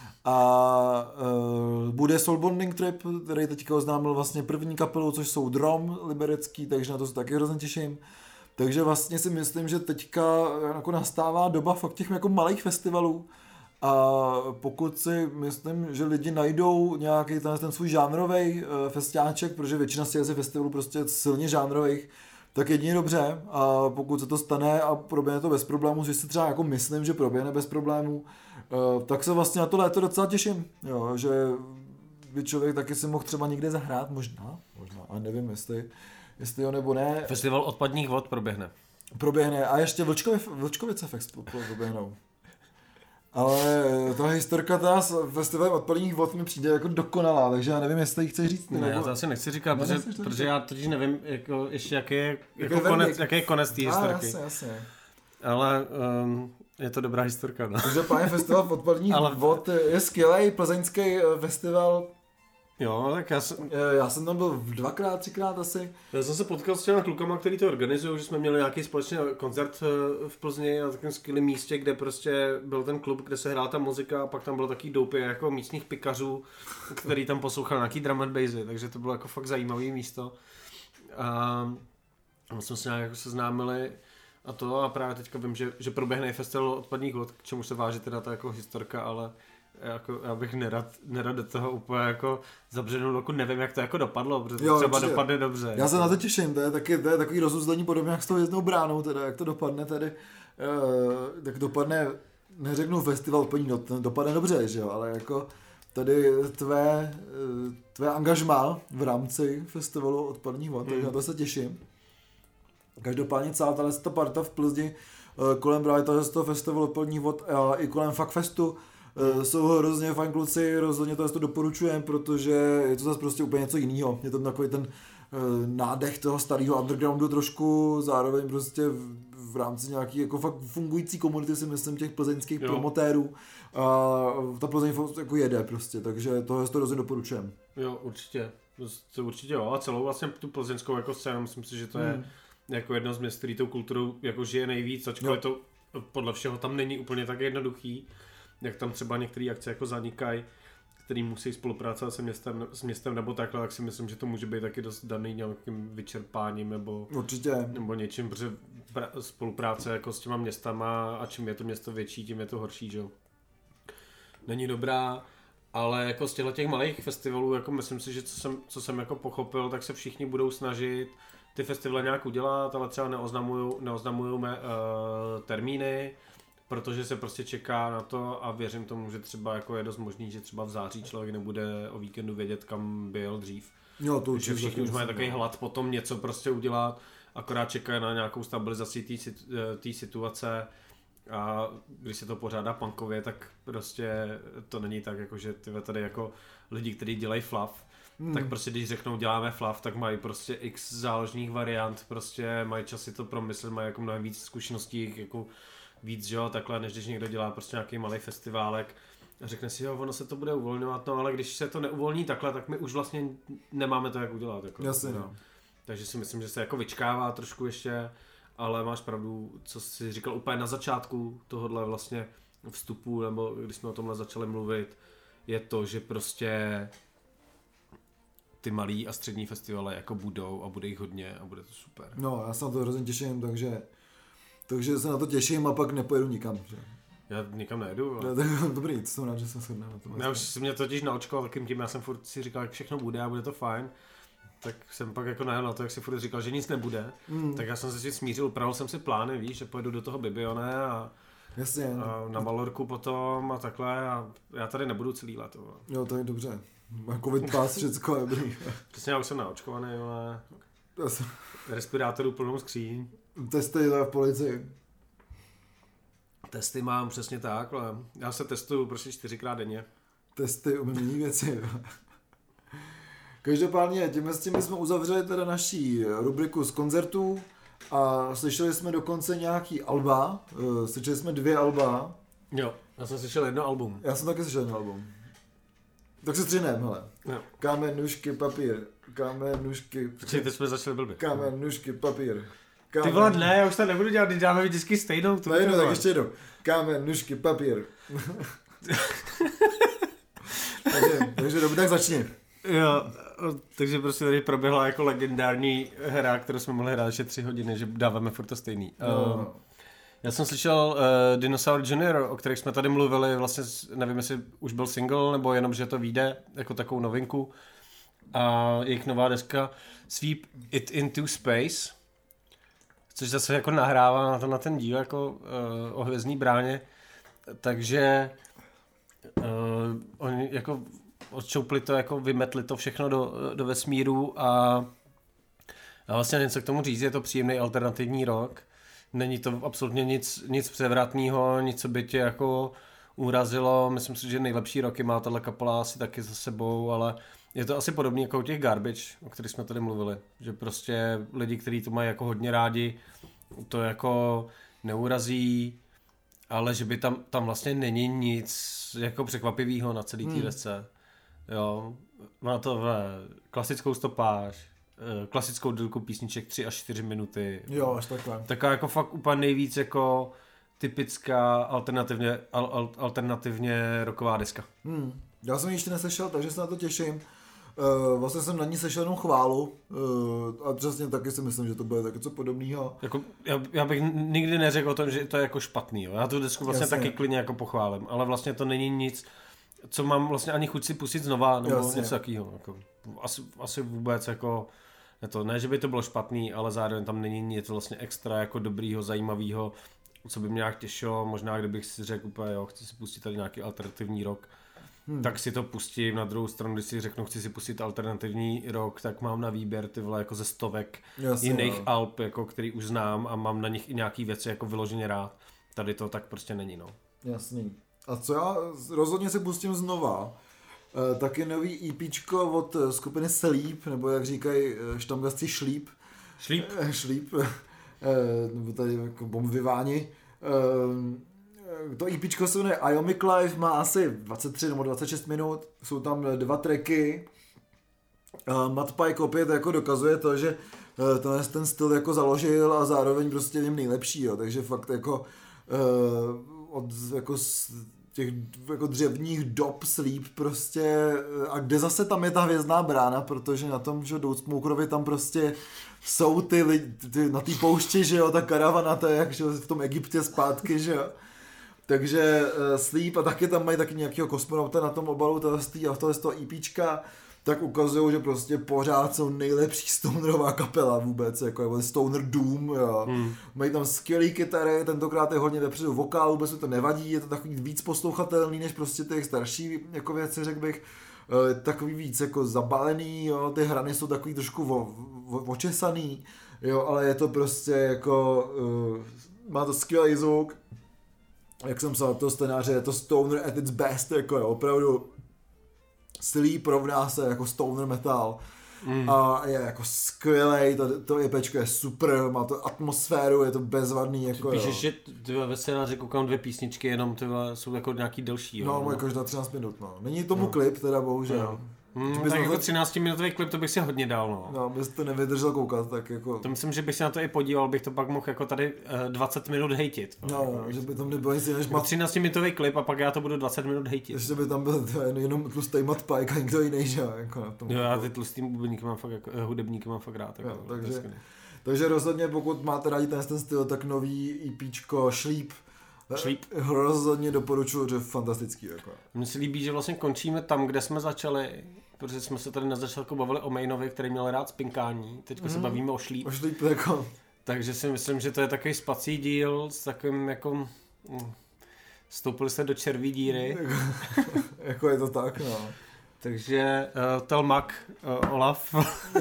A bude Soul Bonding Trip, který teďka oznámil vlastně první kapelu, což jsou Drom liberecký, takže na to se taky hrozně těším. Takže vlastně si myslím, že teďka jako nastává doba fakt těch jako malých festivalů. A pokud si myslím, že lidi najdou nějaký ten svůj žánrový festiáček, protože většina z těch festivalů prostě je silně žánrových, tak jedině dobře. A pokud se to stane a proběhne to bez problémů, že si třeba jako myslím, že proběhne bez problémů, tak se vlastně na to léto docela těším. Jo, že by člověk taky si mohl třeba někde zahrát, možná, ale nevím, jestli jo nebo ne. Festival odpadních vod proběhne. A ještě Vlčkovice Fest proběhnou. Ale ta historka teda s festivalem odpadních vod mi přijde jako dokonalá, takže já nevím, jestli ji chceš říct. Ne, já to asi nechci říkat, protože já totiž nevím, jako, ještě jaký je konec té historky. Jasně. Ale je to dobrá historka. No. Takže páně festival odpadních vod je skvělý, plzeňský festival. Jo, tak já jsem tam byl 2x, 3x asi. Já jsem se potkal s těma klukama, který to organizují, že jsme měli nějaký společný koncert v Plzni na takovém skvělém místě, kde prostě byl ten klub, kde se hrála ta muzika a pak tam bylo taky doupě jako místních pikařů, který tam poslouchal nějaký drum and bassy, takže to bylo jako fakt zajímavý místo. A jsme se nějak jako seznámili a právě teďka vím, že proběhne festival odpadních vod, k čemu se váží teda ta jako historka, ale jako, já bych nerad do toho úplně jako zabřednul, jako nevím, jak to jako dopadlo, protože to třeba dopadne dobře. Já se na to těším, to je takový rozuzlení podobně jak s tou Hvězdnou bránou, teda, jak to dopadne tady, tak dopadne, neřeknu festival odpadních vod, dopadne dobře, že jo, ale jako tady tvé angažmá v rámci festivalu odpadních vod, takže na to se těším. Každopádně celá ta parta v Plzni kolem právě toho festivalu odpadních vod a i kolem Fuckfestu jsou hrozně fajn kluci, rozhodně to doporučujem, protože je to zase prostě úplně něco jiného. Je to takový ten nádech toho starého undergroundu trošku, zároveň prostě v rámci nějaký jako fakt fungující komunity si myslím těch plzeňských promotérů. A ta Plzeň jako jede prostě, takže tohle to rozhodně doporučujem. Jo, určitě. To určitě jo, a celou vlastně tu plzeňskou jako scénu, myslím si, že to je jako jedno z měst, který tou kulturou jako žije nejvíc, ačkoliv to podle všeho tam není úplně tak jednoduchý, jak tam třeba některé akce jako zanikají, který musí spolupracovat s městem nebo takhle, tak si myslím, že to může být taky dost daný nějakým vyčerpáním nebo něčím, protože spolupráce jako s těma městama a čím je to město větší, tím je to horší, že? Není dobrá, ale jako z těch malých festivalů, jako myslím si, že co jsem jako pochopil, tak se všichni budou snažit ty festivaly nějak udělat, ale třeba neoznamujou termíny, protože se prostě čeká na to a věřím tomu, že třeba jako je dost možný, že třeba v září člověk nebude o víkendu vědět, kam byl dřív. Jo, to že všichni už mají takový hlad potom něco prostě udělat, akorát čekají na nějakou stabilizaci té situace a když se to pořádá punkově, tak prostě to není tak, jako že tady jako lidi, kteří dělají fluff, tak prostě když řeknou děláme fluff, tak mají prostě x záložních variant, prostě mají čas si to promyslet, mají jako mnohem víc zkušeností, jako víc, že jo, takhle, než když někdo dělá prostě nějaký malý festiválek a řekne si, jo, ono se to bude uvolňovat, no, ale když se to neuvolní takhle, tak my už vlastně nemáme to jak udělat. Jako, jasně, no. Takže si myslím, že se jako vyčkává trošku ještě, ale máš pravdu, co jsi říkal úplně na začátku tohohle vlastně vstupu, nebo když jsme o tomhle začali mluvit, je to, že prostě ty malý a střední festivaly jako budou a bude jich hodně a bude to super. No, já se na to hrozně těším, takže se na to těším a pak nepojedu nikam. Že? Já nikam nejedu. Ale... Dobrý, jsem rád, že jsem se shodnul. Já už si mě totiž naočkoval takým tím, já jsem furt si říkal, jak všechno bude a bude to fajn. Tak jsem pak jako najel na to, jak si furt říkal, že nic nebude. Tak já jsem se si smířil, upravil jsem si plány, víš, že pojedu do toho Bibione a na Malorku potom a takhle a já tady nebudu celý léto. Jo, to je dobře. Covid pass, všecko je dobrý. Přesně, já už jsem naočkovaný, ale respirátorů plnou skříň. Testy v policii. Testy mám přesně tak, ale já se testuju prostě 4x denně. Testy umím jiný věci. Každopádně tím jsme uzavřeli teda naší rubriku z koncertů a slyšeli jsme dokonce nějaký alba. Slyšeli jsme 2 alba. Jo, já jsem slyšel 1 album. Já jsem taky slyšel 1 album. Tak se střihnem, hele. No. Kámen, nůžky, papír. Kámen, nůžky... Počkej, teď jsme začali blbě. Kámen, nůžky, papír. Ty vole, ne, já už to nebudu dělat, když dáme vždycky stejnou. No jedno, tak ještě jednou. Kámen, nůžky, papír. takže dobře, tak začni. Jo, takže prostě tady proběhla jako legendární hra, kterou jsme mohli hrát ještě 3 hodiny, že dáváme furt to stejný. Já jsem slyšel Dinosaur Junior, o kterých jsme tady mluvili, vlastně nevím, jestli už byl single, nebo jenom, že to vyjde jako takovou novinku. A jejich nová deska Sweep It Into Space, což zase jako nahrává na ten díl jako o Hvězdní bráně. Takže oni jako odčoupli to, jako vymetli to všechno do vesmíru a vlastně něco k tomu říct, je to příjemný alternativní rock. Není to absolutně nic převratného, nic, co by tě jako urazilo. Myslím si, že nejlepší roky má tato kapela asi taky za sebou, ale je to asi podobný jako u těch Garbage, o kterých jsme tady mluvili. Že prostě lidi, kteří to mají jako hodně rádi, to jako neurazí, ale že by tam vlastně není nic jako překvapivého na celý té desce. Jo, má to klasickou stopáž, klasickou délku písniček 3 až 4 minuty. Jo, až takhle. Taková jako fakt úplně nejvíc jako typická alternativně rocková deska. Já jsem ji ještě neslyšel, takže se na to těším. Vlastně jsem na ní slyšel jenom chválu a přesně taky si myslím, že to bude tak něco podobného. Jako, já bych nikdy neřekl o tom, že to je jako špatný. Jo. Já tu desku vlastně taky klidně jako pochválím, ale vlastně to není nic, co mám vlastně ani chuť si pustit znova, nebo něco takového. Jako, asi vůbec jako, ne, že by to bylo špatný, ale zároveň tam není nic vlastně extra jako dobrýho, zajímavého, co by mě nějak těšilo. Možná kdybych si řekl úplně, jo, chci si pustit tady nějaký alternativní rock, tak si to pustím. Na druhou stranu, když si řeknu, chci si pustit alternativní rock, tak mám na výběr ty vole jako ze stovek jiných alb, jako, který už znám a mám na nich i nějaký věci jako vyloženě rád. Tady to tak prostě není, no. Jasný. A co já rozhodně si pustím znova, taky nový EPčko od skupiny Sleep, nebo jak říkají štamgasti Sleep. Sleep. Nebo tady jako bombiváni. To EPčko se jmenuje Iomic Life, má asi 23 nebo 26 minut, jsou tam 2 tracky. Matt Pike opět jako dokazuje to, že ten styl jako založil a zároveň prostě je nejlepší, jo. Takže fakt jako od jako těch jako dřevních dob Sleep prostě, a kde zase tam je ta hvězdná brána, protože na tom, že Doubtsmokerovi tam prostě jsou ty na té poušti, že jo, ta karavana, to je jak že v tom Egyptě zpátky, že jo. Takže Sleep a taky tam mají taky nějakého kosmonauta na tom obalu z toho EPčka, tak ukazují, že prostě pořád jsou nejlepší stonerová kapela vůbec, jako Stoner Doom, jo. Mají tam skvělý kytary, tentokrát je hodně vepředu vokál, vůbec mi to nevadí, je to takový víc poslouchatelný, než prostě těch starší jako věci, řekl bych, takový víc jako zabalený, jo. Ty hrany jsou takový trošku očesaný, jo, ale je to prostě jako, má to skvělý zvuk, jak jsem psal toho scénáře, je to stoner at its best, jako je opravdu Sleep rovná se jako stoner metal a je jako skvělej, to EPčko je super, má to atmosféru, je to bezvadný, jako píšeš, že ve scénáři koukám 2 písničky, jenom jsou jako nějaký delší, jo? No, jakož na 13 minut, no. Není tomu klip, teda bohužel. Tak jako 13-minutový klip, to bych si hodně dal, no. No, bys to nevydržel koukat, tak jako... To myslím, že bych se na to i podíval, bych to pak mohl jako tady 20 minut hejtit. No, že by tam nebylo nic než... 13-minutový klip a pak já to budu 20 minut hejtit. Ještě by tam byl jenom tlustý Matt Pike a nikdo jiný, že jako na tom. Jo, já ty tlustý hudebníky mám fakt, hudebníky mám fakt rád. Jako, jo, takže rozhodně, pokud máte rádi ten styl, tak nový EPčko Sleep. Rozhodně doporučuji, že je fantastický. Jako. Mně se líbí, že vlastně končíme tam, kde jsme začali, protože jsme se tady na začátku bavili o Mainovi, který měl rád spinkání, teďka se bavíme o Sleep. O Sleep jako. Takže si myslím, že to je takový spací díl s takovým jako... Vstoupili jste do červí díry. Jako je to tak, no. Takže Telmak, Olaf...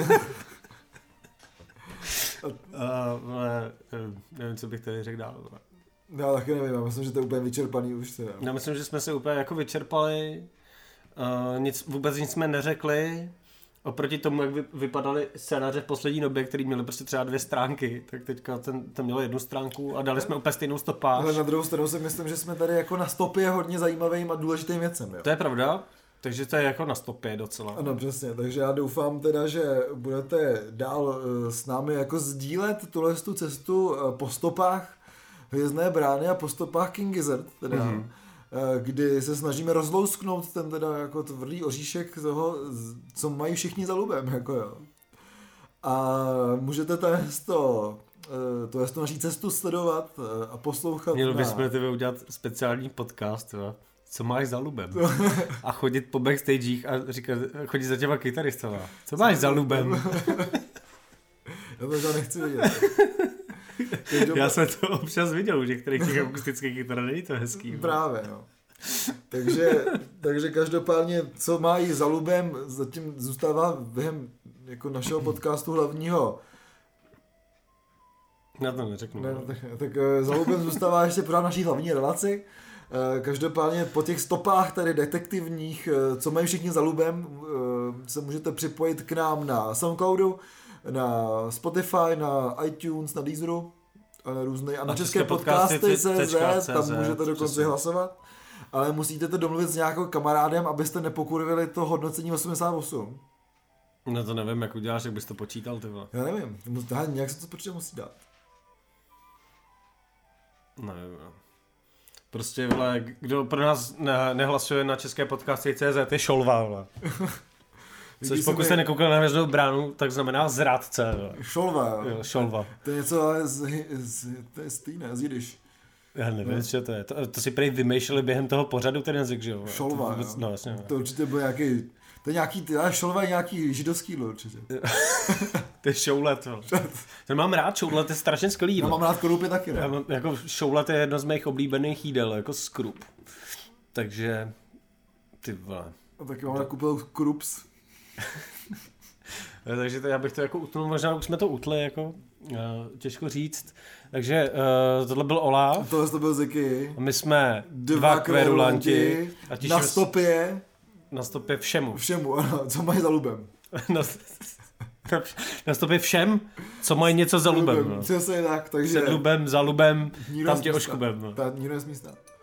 nevím, co bych tady řekl dál. Já taky nevím, já myslím, že to je úplně vyčerpaný už. Teda. Já myslím, že jsme se úplně jako vyčerpali, vůbec nic jsme neřekli, oproti tomu, jak vypadaly scénáře v poslední době, který měli prostě třeba 2 stránky, tak teďka ten měl 1 stránku a dali jsme úplně stejnou stopáž. Ale na druhou stranu si myslím, že jsme tady jako na stopě hodně zajímavým a důležitým věcem. Jo? To je pravda. Takže to je jako na stopě docela. Ano, přesně, takže já doufám teda, že budete dál s námi jako sdílet tu cestu po stopách Hvězdné brány a po stopách King Gizzard, teda, kdy se snažíme rozlousknout ten teda jako tvrdý oříšek toho, co mají všichni za lubem, jako jo. A můžete to naší cestu sledovat a poslouchat. Měli bychom tebe udělat speciální podcast, jo? Co máš za lubem? A chodit po backstagech a chodit za těma kytaristama. Co máš za lubem? Já to nechci vidět. Já jsem to občas viděl u některých těch akustických kytar, není to hezký. Právě, no. Takže každopádně, co mají za lubem, zatím zůstává během jako našeho podcastu hlavního. Já to neřeknu. Tak za lubem zůstává ještě pro naší hlavní relaci. Každopádně po těch stopách tady detektivních, co mají všichni za lubem, se můžete připojit k nám na SoundCloudu, na Spotify, na iTunes, na Deezeru a na různé a na české podcasty.cz, tam můžete dokonce hlasovat, ale musíte to domluvit s nějakým kamarádem, abyste nepokurvili to hodnocení 88. No to nevím, jak uděláš, jak bys to počítal, ty vole. Já nevím, nějak se to počítá musí dát. Nevím, no. Prostě, vole, kdo pro nás nehlasuje na české podcasty.cz je šolva, vole. Což pokud jste nekoukali na Hvězdnou bránu, tak znamená zrádce. Šolva, jo. Šolva. To je něco ale to je stejné, z jidiš. Já nevím, co to je. To si prý vymýšleli během toho pořadu ten jazyk, že jo? Šolva, to, no, jasně. To určitě byl nějaký, šolva je nějaký židovský jídlo určitě. To je šoulet, no. Ten mám rád, šoulet je strašně skvělý jídlo. Já mám rád krupy taky, ne? Jako šoulet je jedno z mých oblíbených jídel, jako skrup. Takže, ty vole. A taky mám nakupil krups. Takže já bych to jako utnul, možná už jsme to utli, jako těžko říct. Takže tohle byl Olaf. Tohle to byl Ziky. A my jsme dva kverulanti. Na stopě všemu. Všemu, ano, co mají za lubem. Na stopě všem, co mají něco za lubem. Přesně tak, takže... Před lubem, za lubem, tam tě oškubem. Nikdo nesmí stát.